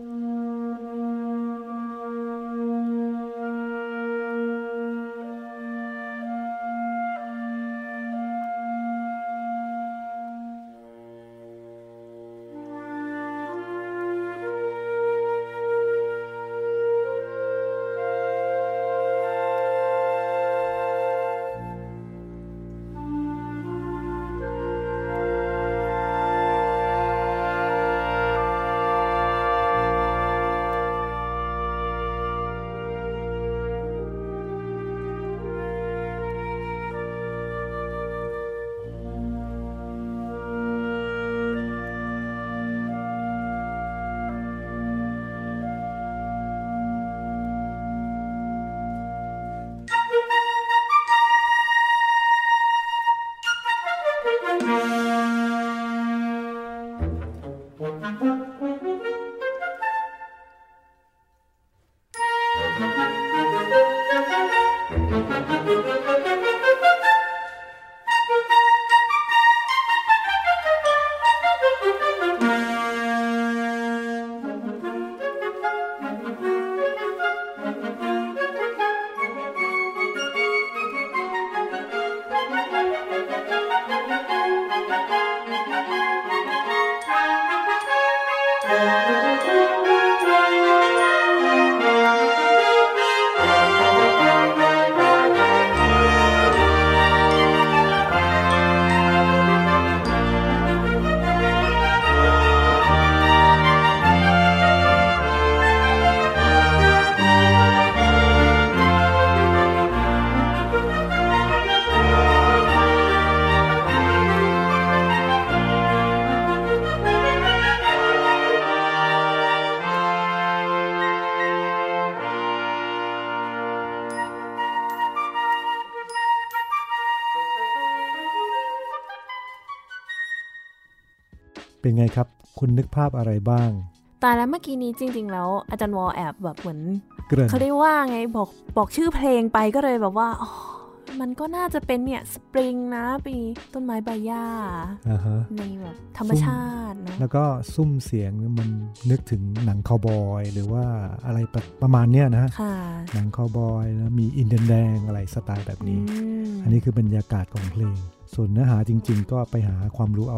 เป็นไงครับคุณนึกภาพอะไรบ้างตายแล้วเมื่อกี้นี้จริงๆแล้วอาจารย์วอลแอบแบบเหมือนเขาเรียกว่าไงบอกบอกชื่อเพลงไปก็เลยแบบว่าอ๋อมันก็น่าจะเป็นเนี่ยสปริงนะปีต้นไม้ใบหญ้า uh-huh. ในแบบธรรมชาตินะแล้วก็ซุ้มเสียงมันนึกถึงหนังคาวบอยหรือว่าอะไรประมาณเนี้ยนะหนังคาวบอยแล้วมีอินเดียนแดงอะไรสไตล์แบบนี้ อันนี้คือบรรยากาศของเพลงส่วนเนื้อหาจริงๆก็ไปหาความรู้เอา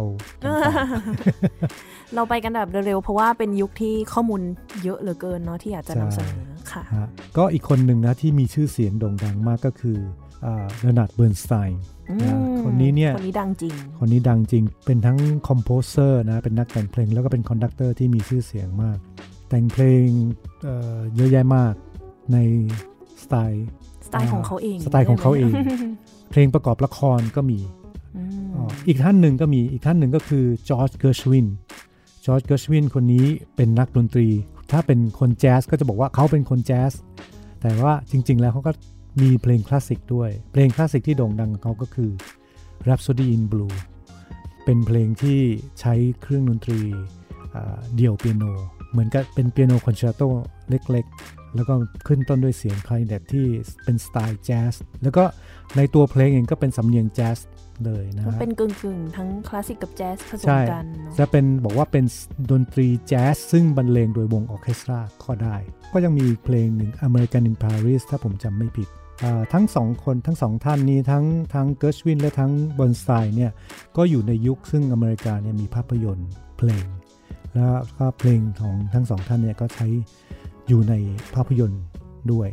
เราไปกันแบบเร็วๆเพราะว่าเป็นยุคที่ข้อมูลเยอะเหลือเกินเนาะที่อยากจะนำเสนอค่ะก็อีกคนหนึ่งนะที่มีชื่อเสียงโด่งดังมากก็คือเลโอนาร์ด เบิร์นสไตน์คนนี้เนี่ยคนนี้ดังจริงคนนี้ดังจริงเป็นทั้งคอมโพเซอร์นะเป็นนักแต่งเพลงแล้วก็เป็นคอนดักเตอร์ที่มีชื่อเสียงมากแต่งเพลง เอ่อ เยอะแยะมากในสไตล์สไตล์ของเขาเองสไตล์ของเขาเองเพลงประกอบละครก็มีอีกท่านหนึ่งก็มีอีกท่านหนึ่งก็คือจอร์จ เกอร์ชวินจอร์จ เกอร์ชวินคนนี้เป็นนักดนตรีถ้าเป็นคนแจ๊สก็จะบอกว่าเขาเป็นคนแจ๊สแต่ว่าจริงๆแล้วเขาก็มีเพลงคลาสสิกด้วยเพลงคลาสสิกที่โด่งดังของเขาก็คือ Rhapsody in Blue เป็นเพลงที่ใช้เครื่องดนตรีเดี่ยวเปียโนเหมือนกับเป็นเปียโนคอนแชร์โตเล็กๆแล้วก็ขึ้นต้นด้วยเสียงคลาริเนตที่เป็นสไตล์แจ๊สแล้วก็ในตัวเพลงเองก็เป็นสำเนียงแจ๊สเลยนะมันเป็นกึ่งๆทั้งคลาสสิกกับแจ๊สผสมกันเนาะจะเป็นบอกว่าเป็นดนตรีแจ๊สซึ่งบรรเลงโดยวงออร์เคสตราก็ได้ก็ยังมีเพลงหนึ่ง American in Paris ถ้าผมจำไม่ผิดทั้งสองคนทั้งสองท่านนี้ทั้งทั้งเกิร์ชวินและทั้งเบิร์นสไตน์เนี่ยก็อยู่ในยุคซึ่งอเมริกาเนี่ยมีภาพยนตร์เพลงแล้วก็เพลงของทั้งสองท่านเนี่ยก็ใช้อยู่ในภาพยนตร์ด้วย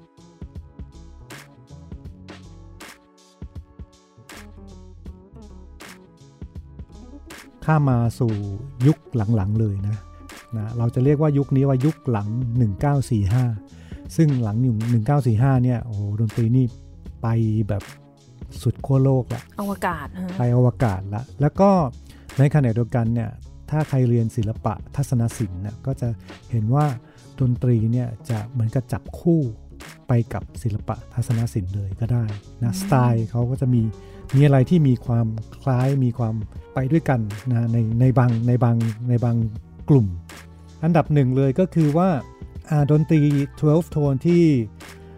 ข้ามาสู่ยุคหลังๆเลยนะนะเราจะเรียกว่ายุคนี้ว่ายุคหลังหนึ่งเก้าสี่ห้าซึ่งหลังอยู่หนึ่งเก้าสี่ห้าเนี่ยโอ้โหดนตรีนี่ไปแบบสุดขั้วโลกละอวกาศไปอวกาศละแล้วก็ในขณะเดียวกันเนี่ยถ้าใครเรียนศิลปะทัศนศิลป์เนี่ยก็จะเห็นว่าดนตรีเนี่ยจะเหมือนกับจับคู่ไปกับศิลปะทัศนศิลป์เลยก็ได้นะสไตล์เขาก็จะมีมีอะไรที่มีความคล้ายมีความไปด้วยกันนะในในบางในบางในบางกลุ่มอันดับหนึ่งเลยก็คือว่าดนตรีสิบสองโทนที่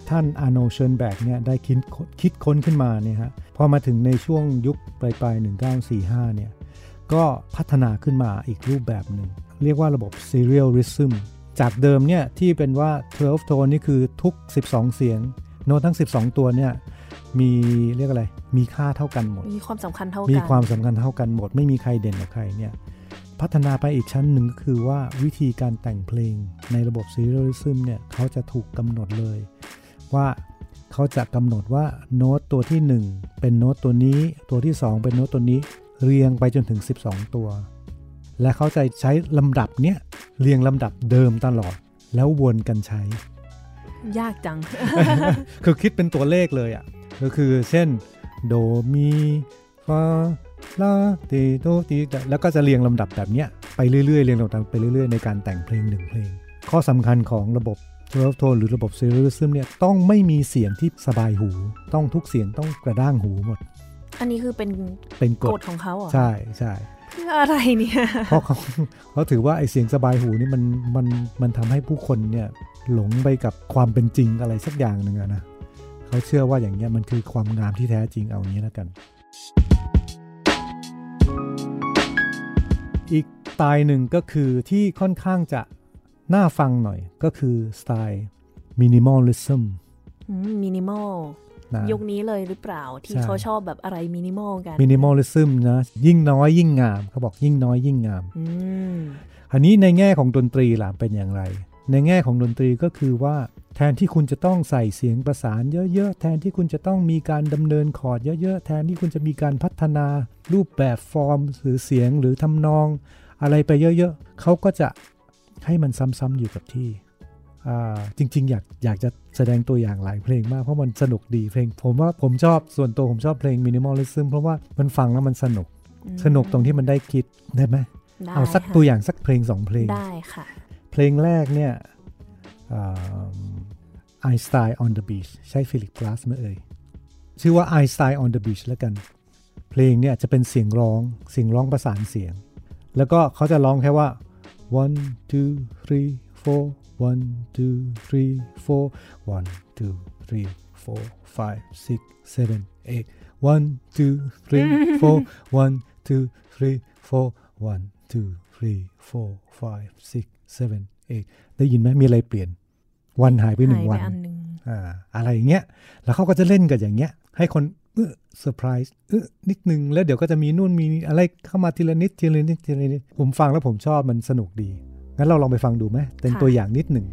ท่านอาร์โนลด์ เชิร์นแบกเนี่ยได้คิดคิดค้นขึ้นมาเนี่ยฮะพอมาถึงในช่วงยุคปลายๆหนึ่งพันเก้าร้อยสี่สิบห้าเนี่ยก็พัฒนาขึ้นมาอีกรูปแบบหนึ่งเรียกว่าระบบ serial rhythm จากเดิมเนี่ยที่เป็นว่าสิบสองโทนนี่คือทุกสิบสองเสียงโน้ตทั้งสิบสองตัวเนี่ยมีเรียกอะไรมีค่าเท่ากันหมดมีความสำคัญเท่ากันมีความสำคัญเท่ากันหมดไม่มีใครเด่นกว่าใครเนี่ยพัฒนาไปอีกชั้นหนึ่งก็คือว่าวิธีการแต่งเพลงในระบบ serial rhythm เนี่ยเขาจะถูกกำหนดเลยว่าเขาจะกำหนดว่าโน้ตตัวที่หนึ่งเป็นโน้ตตัวนี้ตัวที่สองเป็นโน้ตตัวนี้เรียงไปจนถึงสิบสองตัวและเขาจะใช้ลำดับเนี้ยเรียงลำดับเดิมตลอดแล้ววนกันใช้ยากจังคือคิดเป็นตัวเลขเลยอ่ะก็คือเช่นโดมีฟาลาติโดติแล้วก็จะเรียงลำดับแบบเนี้ยไปเรื่อยๆเรียงลำดับไปเรื่อยๆในการแต่งเพลงหนึ่งเพลงข้อสำคัญของระบบสิบสองโทนหรือระบบ serial rhythm เนี่ยต้องไม่มีเสียงที่สบายหูต้องทุกเสียงต้องกระด้างหูหมดอันนี้คือเป็นเป็นกฎของเขาเหรอใช่ใช่เพื่ออะไรเนี่ยเพราะเขาเขาถือว่าไอเสียงสบายหูนี่มันมันมันทำให้ผู้คนเนี่ยหลงไปกับความเป็นจริงอะไรสักอย่างหนึ่งนะเขาเชื่อว่าอย่างเงี้ยมันคือความงามที่แท้จริงเอางี้แล้วกันอีกสไตล์หนึ่งก็คือที่ค่อนข้างจะน่าฟังหน่อยก็คือสไตล์ minimalism มินิมอลยุคนี้เลยหรือเปล่าที่เขาชอบแบบอะไรมินิมอลกัน minimalism นะยิ่งน้อยยิ่งงามเขาบอกยิ่งน้อยยิ่งงามอันนี้ในแง่ของดนตรีล่ะเป็นอย่างไรในแง่ของดนตรีก็คือว่าแทนที่คุณจะต้องใส่เสียงประสานเยอะๆแทนที่คุณจะต้องมีการดำเนินคอร์ดเยอะๆแทนที่คุณจะมีการพัฒนารูปแบบฟอร์มหรือเสียงหรือทำนองอะไรไปเยอะๆเขาก็จะให้มันซ้ำๆอยู่กับที่จริงๆอยากอยากจะแสดงตัวอย่างหลายเพลงมากเพราะมันสนุกดีเพลงผมว่าผมชอบส่วนตัวผมชอบเพลง minimalism เพราะว่ามันฟังแล้วมันสนุกสนุกตรงที่มันได้คิดได้ไหมเอาสักตัวอย่างสักเพลงสองเพลงได้ค่ะเพลงแรกเนี่ยEinstein on the Beach ใช่ฟิลิป กลาสไหมเอ่ยชื่อว่า Einstein on the Beach แล้วกันเพลงเนี่ยจะเป็นเสียงร้องเสียงร้องประสานเสียงแล้วก็เขาจะร้องแค่ว่า one two three four one two three four one two three four five six seven eight one two three four one two three four one two three four five six seven eightได้ยินไหมมีอะไรเปลี่ยนวันหายไปหนึ่งวันอ่าอะไรอย่างเงี้ยแล้วเขาก็จะเล่นกันอย่างเงี้ยให้คนเออเซอร์ไพรส์เออนิดนึงแล้วเดี๋ยวก็จะมีนู่นมีอะไรเข้ามาทีละนิดทีละนิดทีละนิดผมฟังแล้วผมชอบมันสนุกดีงั้นเราลองไปฟังดูไหมเป็นตัวอย่างนิดหนึ่ง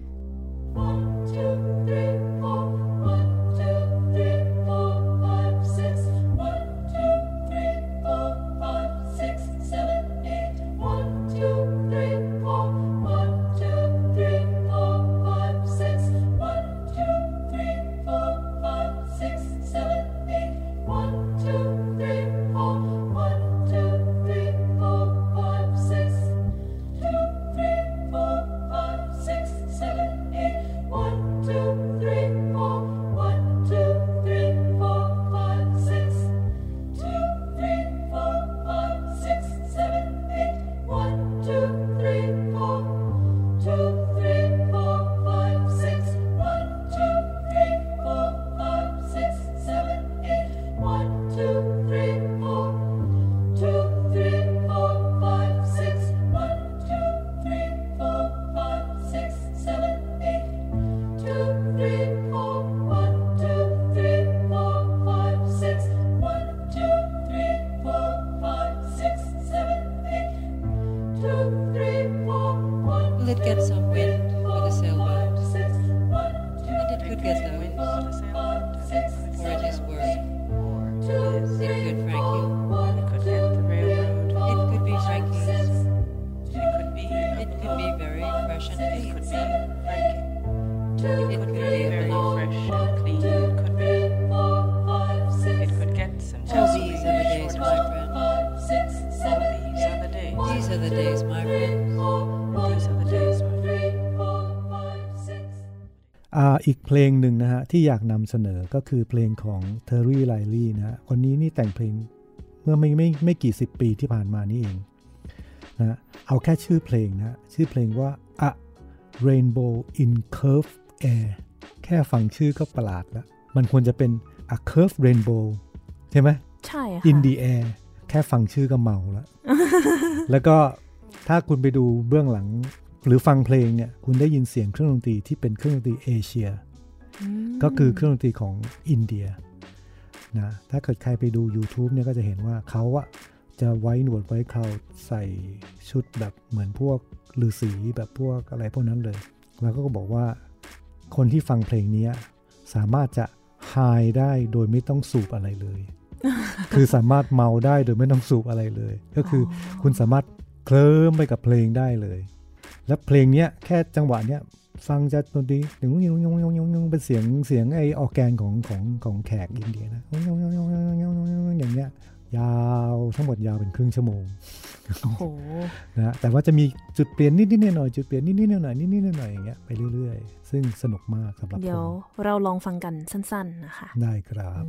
อีกเพลงหนึ่งนะฮะที่อยากนำเสนอก็คือเพลงของเทอร์รี่ ไลลี่นะฮะคนนี้นี่แต่งเพลงเมื่อไม่ไม่ไม่กี่สิบปีที่ผ่านมานี่เองนะเอาแค่ชื่อเพลงนะชื่อเพลงว่า A Rainbow in Curved Air แค่ฟังชื่อก็ประหลาดแล้วมันควรจะเป็น a curved rainbow ใช่ไหมใช่ค่ะ in the air แค่ฟังชื่อก็เมาแล้ว แล้วก็ถ้าคุณไปดูเบื้องหลังหรือฟังเพลงเนี่ยคุณได้ยินเสียงเครื่องดนตรีที่เป็นเครื่องดนตรีเอเชียก็คือเครื่องดนตรีของอินเดียนะถ้าเกิดใครไปดู YouTube เนี่ยก็จะเห็นว่าเขาอะจะไว้หนวดไว้เคราใส่ชุดแบบเหมือนพวกฤาษีแบบพวกอะไรพวกนั้นเลยแล้วก็บอกว่าคนที่ฟังเพลงนี้สามารถจะไฮได้โดยไม่ต้องสูบอะไรเลย คือสามารถเมาได้โดยไม่ต้องสูบอะไรเลยก็คือคุณสามารถเคลิ้มไปกับเพลงได้เลยและเพลงนี้แค่จังหวะเนี้ยฟังจะดนตรียงยงยงยงยงยงเป็นเสียงเสียงไอออร์แกนของของของแขกอินเดียนะยงยงยงยงยงยงอย่างเงี้ยยาวทั้งหมดยาวเป็นครึ่งชั่วโมงโอ้โหนะแต่ว่าจะมีจุดเปลี่ยนนิดนิดหน่อยจุดเปลี่ยนนิดนิดหน่อยนิดนิดหน่อยอย่างเงี้ยไปเรื่อยๆซึ่งสนุกมากสำหรับผมเดี๋ยวเราลองฟังกันสั้นๆนะคะได้ครับ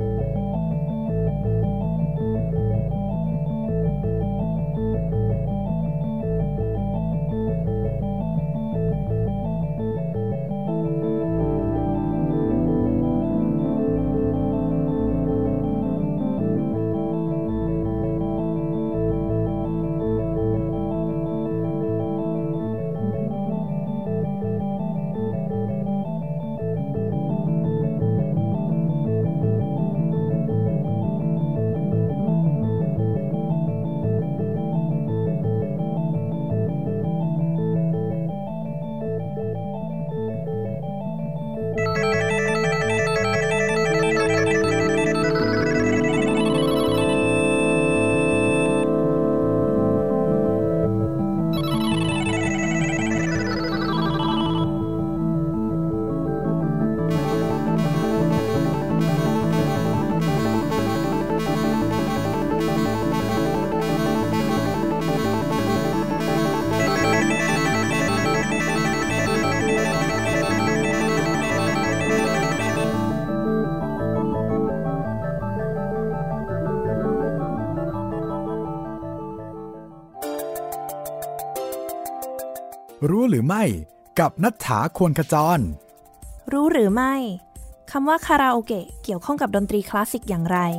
รู้หรือไม่กับณัฐฐา ควรขจรรู้หรือไม่คำว่าคาราโอเกะเกี่ยวข้องกับดนตรีคลาสสิกอย่างไร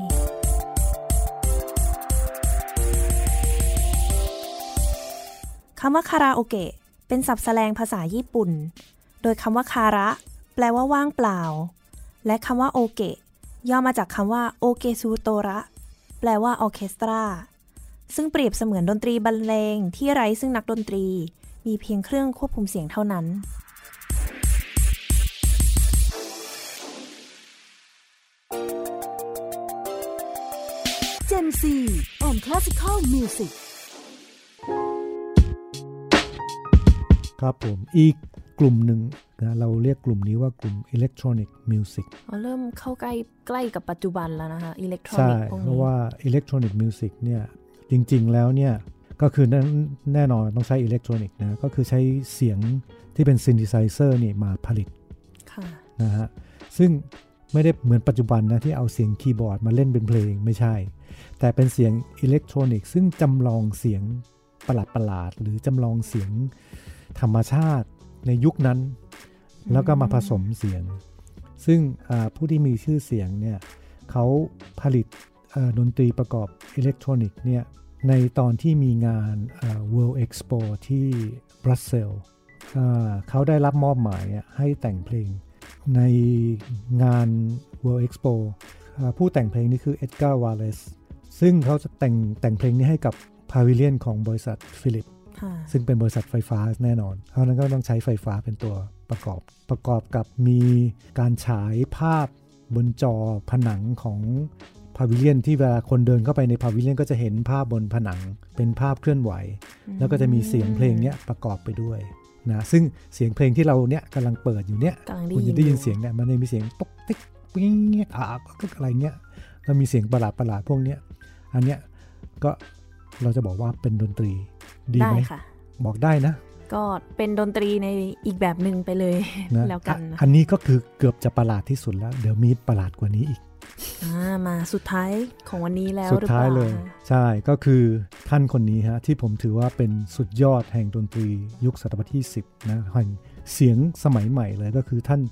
คำว่าคาราโอเกะเป็นศัพท์แสลงภาษาญี่ปุ่นโดยคำว่าคาระแปลว่าว่างเปล่าและคำว่าโอเกะย่อมาจากคำว่าโอเกซุโตระแปลว่าออร์เคสตราซึ่งเปรียบเสมือนดนตรีบรรเลงที่ไร้ซึ่งนักดนตรีมีเพียงเครื่องควบคุมเสียงเท่านั้น Gen ซี and Classical Music ครับผมอีกกลุ่มหนึ่งนะเราเรียกกลุ่มนี้ว่ากลุ่ม Electronic Music อ๋อเริ่มเข้าใกล้ใกล้กับปัจจุบันแล้วนะคะ Electronic พวกนี้เพราะว่า Electronic Music เนี่ยจริงๆแล้วเนี่ยก็คือแน่นอนต้องใช้อิเล็กทรอนิกส์นะก็คือใช้เสียงที่เป็นซินธิไซเซอร์นี่มาผลิตนะฮะซึ่งไม่ได้เหมือนปัจจุบันนะที่เอาเสียงคีย์บอร์ดมาเล่นเป็นเพลงไม่ใช่แต่เป็นเสียงอิเล็กทรอนิกส์ซึ่งจำลองเสียงประหลาดๆหรือจำลองเสียงธรรมชาติในยุคนั้นแล้วก็มาผสมเสียงซึ่งผู้ที่มีชื่อเสียงเนี่ยเขาผลิตดนตรีประกอบอิเล็กทรอนิกส์เนี่ยในตอนที่มีงาน World Expo ที่บรัสเซลส์เขาได้รับมอบหมายให้แต่งเพลงในงาน World Expo ผู้แต่งเพลงนี้คือเอ็ดการ์ วาเลสซึ่งเขาจะแต่งแต่งเพลงนี้ให้กับพาวิเลียนของบริษัทฟิลิปซึ่งเป็นบริษัทไฟฟ้าแน่นอนเพราะนั้นก็ต้องใช้ไฟฟ้าเป็นตัวประกอบประกอบกับมีการฉายภาพบนจอผนังของพาวิเลียนที่เวลาคนเดินเข้าไปในพาวิเลียนก็จะเห็นภาพบนผนังเป็นภาพเคลื่อนไหวแล้วก็จะมีเสียงเพลงเนี้ยประกอบไปด้วยนะซึ่งเสียงเพลงที่เราเนี้ยกำลังเปิดอยู่เนี้ยคุณจะได้ยินเสียงเนี้ยมันจะมีเสียงป๊อกติ๊กปิ๊งเงี้ยอ่าอะไรเงี้ยแล้วมีเสียงประหลาดประหลาดพวกเนี้ยอันเนี้ยก็เราจะบอกว่าเป็นดนตรีดีไหมบอกได้นะก็เป็นดนตรีในอีกแบบหนึ่งไปเลยนะแล้วกันอันนี้ก็คือเกือบจะประหลาดที่สุดแล้วเดี๋ยวมีประหลาดกว่านี้อีกมาสุดท้ายของวันนี้แล้วสุดท้ายเลยใช่ก็คือท่านคนนี้ฮะที่ผมถือว่าเป็นสุดยอดแห่งดนตรียุคศตวรรษที่สิบนะแห่งเสียงสมัยใหม่เลยก็คือท่าน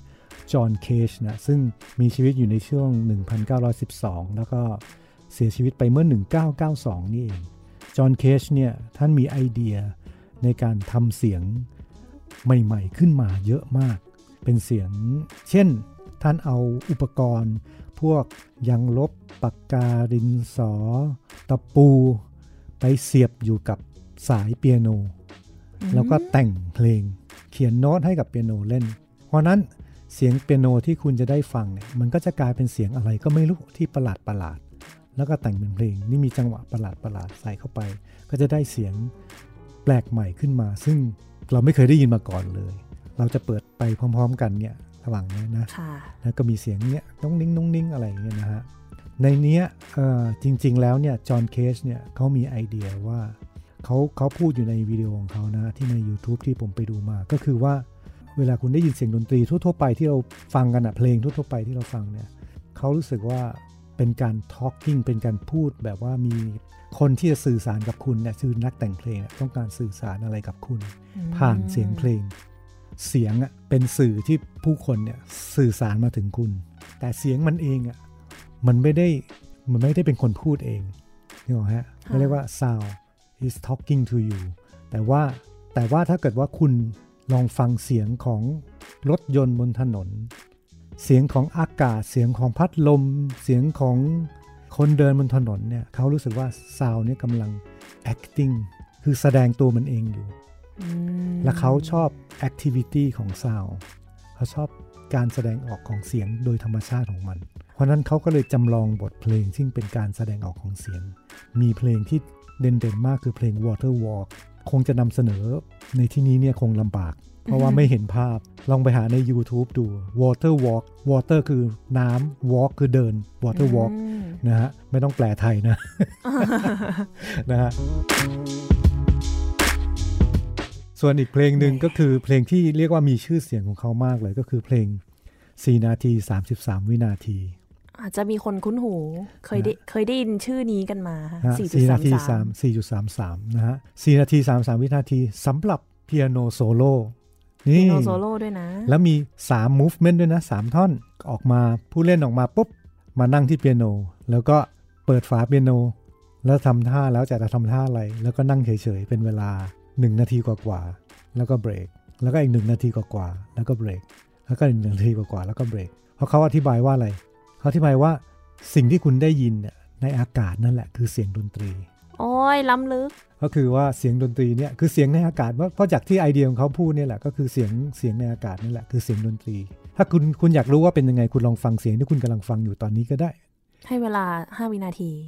จอห์นเคจนะซึ่งมีชีวิตอยู่ในช่วงหนึ่งพันเก้าร้อยสิบสองแล้วก็เสียชีวิตไปเมื่อหนึ่งพันเก้าร้อยเก้าสิบสองนี่เองจอห์นเคจเนี่ยท่านมีไอเดียในการทำเสียงใหม่ๆขึ้นมาเยอะมากเป็นเสียงเช่นท่านเอาอุปกรณ์พวกยางลบปากกาดินสอตะปูไปเสียบอยู่กับสายเปียโนแล้วก็แต่งเพลงเขียนโน้ตให้กับเปียโนเล่นเพราะนั้นเสียงเปียโนที่คุณจะได้ฟังเนี่ยมันก็จะกลายเป็นเสียงอะไรก็ไม่รู้ที่ประหลาดประหลาดแล้วก็แต่งเป็นเพลงนี่มีจังหวะประหลาดประหลาดใส่เข้าไปก็จะได้เสียงแปลกใหม่ขึ้นมาซึ่งเราไม่เคยได้ยินมาก่อนเลยเราจะเปิดไปพร้อมๆกันเนี่ยระหว่างนี้นะแล้วก็มีเสียงเนี้ยน้องนิ้งน้องนิ้งอะไรอย่างเงี้ยนะฮะในเนี้ยจริงๆแล้วเนี่ยจอห์นเคจเนี่ยเขามีไอเดียว่าเขาเขาพูดอยู่ในวิดีโอของเขานะที่ใน YouTube ที่ผมไปดูมาก็คือว่าเวลาคุณได้ยินเสียงดนตรีทั่วๆไปที่เราฟังกันอะเพลงทั่วๆไปที่เราฟังเนี่ยเขารู้สึกว่าเป็นการ talking เป็นการพูดแบบว่ามีคนที่จะสื่อสารกับคุณเนี่ยคือนักแต่งเพลงต้องการสื่อสารอะไรกับคุณผ่านเสียงเพลงเสียงอ่ะเป็นสื่อที่ผู้คนเนี่ยสื่อสารมาถึงคุณแต่เสียงมันเองอ่ะมันไม่ได้มันไม่ได้เป็นคนพูดเองนี่หรอฮะเขาเรียกว่า sound is talking to you แต่ว่าแต่ว่าถ้าเกิดว่าคุณลองฟังเสียงของรถยนต์บนถนนเสียงของอากาศเสียงของพัดลมเสียงของคนเดินบนถนนเนี่ยเขารู้สึกว่า sound เนี่ยกำลัง acting คือแสดงตัวมันเองอยู่และเขาชอบ activity ของ sound เขาชอบการแสดงออกของเสียงโดยธรรมชาติของมันเพราะนั้นเขาก็เลยจำลองบทเพลงซึ่งเป็นการแสดงออกของเสียงมีเพลงที่เด่นๆมากคือเพลง Water Walk คงจะนำเสนอในที่นี้เนี่ยคงลำบากเพราะว่าไม่เห็นภาพลองไปหาใน YouTube ดู Water Walk Water คือน้ำ Walk คือเดิน Water Walk นะฮะไม่ต้องแปลไทยนะ นะฮะส่วนอีกเพลงหนึ่งก็คือเพลงที่เรียกว่ามีชื่อเสียงของเขามากเลยก็คือเพลงสี่นาทีสามสิบสามวินาทีอาจจะมีคนคุ้นหูเคยได้เคยได้ยินชื่อนี้กันมาสี่นาทีสาม สี่จุดสามสาม นะฮะสี่นาทีสามสิบสามวินาทีสำหรับเปียโนโซโล่นี่เปียโนโซโล่ด้วยนะแล้วมีสาม movement ด้วยนะสามท่อนออกมาผู้เล่นออกมาปุ๊บมานั่งที่เปียโนแล้วก็เปิดฝาเปียโนแล้วทำท่าแล้วจะทำท่าอะไรแล้วก็นั่งเฉยๆเป็นเวลาหนึ่งนาทีกว่าๆแล้วก็เบรกแล้วก็อีกหนึ่งนาทีกว่าๆแล้วก็เบรกแล้วก็อีกหนึ่งนาทีกว่าๆแล้วก็เบรกเพราะเขาอธิบายว่าอะไรเขาอธิบายว่าสิ่งที่คุณได้ยินเนี่ยในอากาศนั่นแหละคือเสียงดนตรีโอ้ยล้ำลึกก็คือว่าเสียงดนตรีเนี่ยคือเสียงในอากาศเพราะจากที่ไอเดียของเขาพูดเนี่ยแหละก็คือเสียงเสียงในอากาศนี่แหละคือเสียงดนตรีถ้าคุณคุณอยากรู้ว่าเป็นยังไงคุณลองฟังเสียงที่คุณกำลังฟังอยู่ตอนนี้ก็ได้ให้เวลาห้าวินาที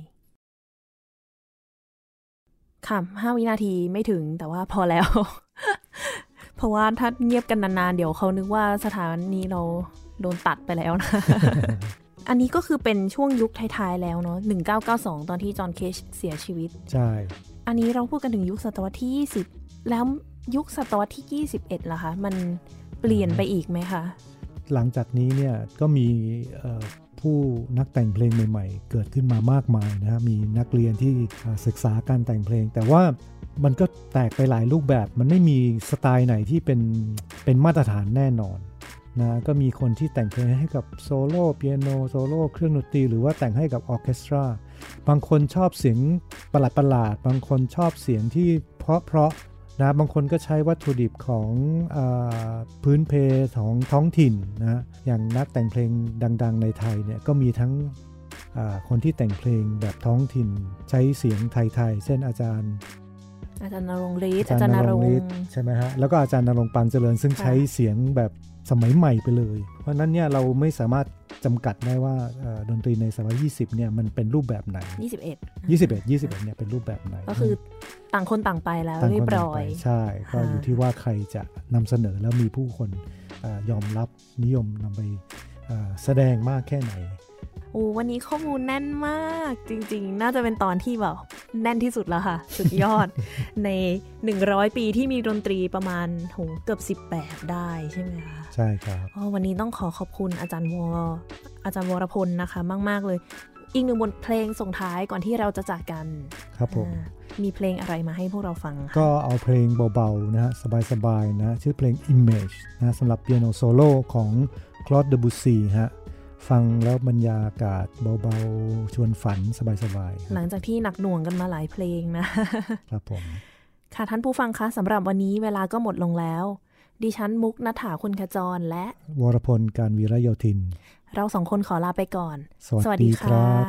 ค่ะห้าวินาทีไม่ถึงแต่ว่าพอแล้ว เพราะว่าถ้าเงียบกันนานๆเดี๋ยวเขานึกว่าสถานีเราโดนตัดไปแล้วนะ อันนี้ก็คือเป็นช่วงยุคท้ายๆแล้วเนาะหนึ่งพันเก้าร้อยเก้าสิบสองตอนที่จอห์นเคจเสียชีวิตใช่อันนี้เราพูดกันถึงยุคศตวรรษที่ยี่สิบแล้วยุคศตวรรษที่ยี่สิบเอ็ดล่ะคะมันเปลี่ยนไปอีกไหมคะหลังจากนี้เนี่ยก็มีผู้นักแต่งเพลงใหม่ๆเกิดขึ้นมามากมายนะมีนักเรียนที่ศึกษาการแต่งเพลงแต่ว่ามันก็แตกไปหลายรูปแบบมันไม่มีสไตล์ไหนที่เป็นเป็นมาตรฐานแน่นอนนะก็มีคนที่แต่งเพลงให้กับโซโล่เปียโนโซโล่เครื่องดนตรีหรือว่าแต่งให้กับออร์เคสตราบางคนชอบเสียงประหลาดๆบางคนชอบเสียงที่เพราะๆนะบางคนก็ใช้วัตถุดิบของอ่าพื้นเพของท้องถิ่นนะอย่างนักแต่งเพลงดังๆในไทยเนี่ยก็มีทั้งคนที่แต่งเพลงแบบท้องถิ่นใช้เสียงไทยๆเช่นอาจารย์อาจารย์ณรงค์ฤทธิ์อาจารย์ณรงค์ใช่ไหมฮะแล้วก็อาจารย์ณรงค์ปานเจริญซึ่งใช้เสียงแบบสมัยใหม่ไปเลยเพราะนั้นเนี่ยเราไม่สามารถจำกัดได้ว่าดนตรีในศตวรรษที่ยี่สิบเนี่ยมันเป็นรูปแบบไหนยี่สิบเอ็ดยี่สิบเอ็ด ยี่สิบเอ็ดเนี่ยเป็นรูปแบบไหนก็คือต่างคนต่างไปแล้วเรียบร้อยใช่ก็อยู่ที่ว่าใครจะนำเสนอแล้วมีผู้คนยอมรับนิยมนำไปแสดงมากแค่ไหนโอ้วันนี้ข้อมูลแน่นมากจริงๆน่าจะเป็นตอนที่แบบแน่นที่สุดแล้วค่ะสุดยอด ในหนึ่งร้อยปีที่มีดนตรีประมาณโหเกือบสิบแบบได้ใช่ไหมคะใช่ครับอ๋อวันนี้ต้องขอขอบคุณอาจารย์วออาจารย์วรพลนะคะมากๆเลยอีกหนึ่งบทเพลงส่งท้ายก่อนที่เราจะจากกันครับผมมีเพลงอะไรมาให้พวกเราฟังก็เอาเพลงเบาๆนะฮะสบายๆนะชื่อเพลง Image นะสำหรับเปียโนโซโล่ของคลอดเดบูซีฮะฟังแล้วบรรยากาศเบาๆชวนฝันสบายๆหลังจากที่หนักหน่วงกันมาหลายเพลงนะครับผมค่ะท่านผู้ฟังคะสำหรับวันนี้เวลาก็หมดลงแล้วดิฉันมุกณฐาคุณขจรและวรพลการวีระโยธินเราสองคนขอลาไปก่อนสวัสดีครับ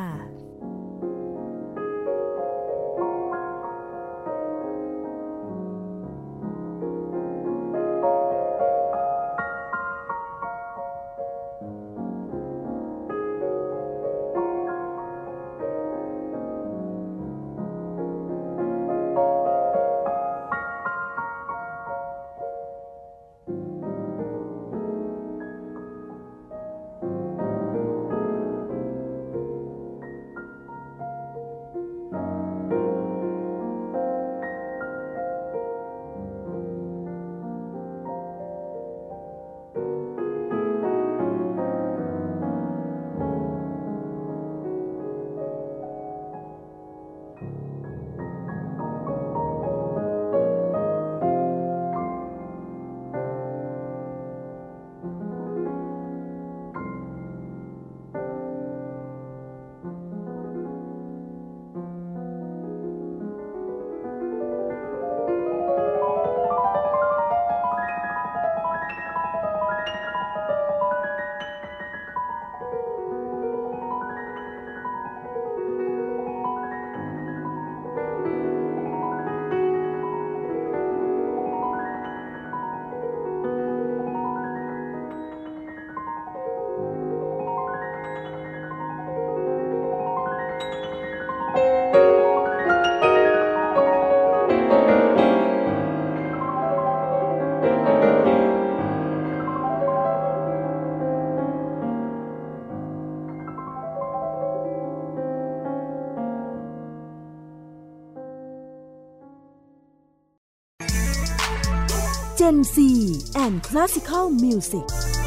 Gen Z and Classical Music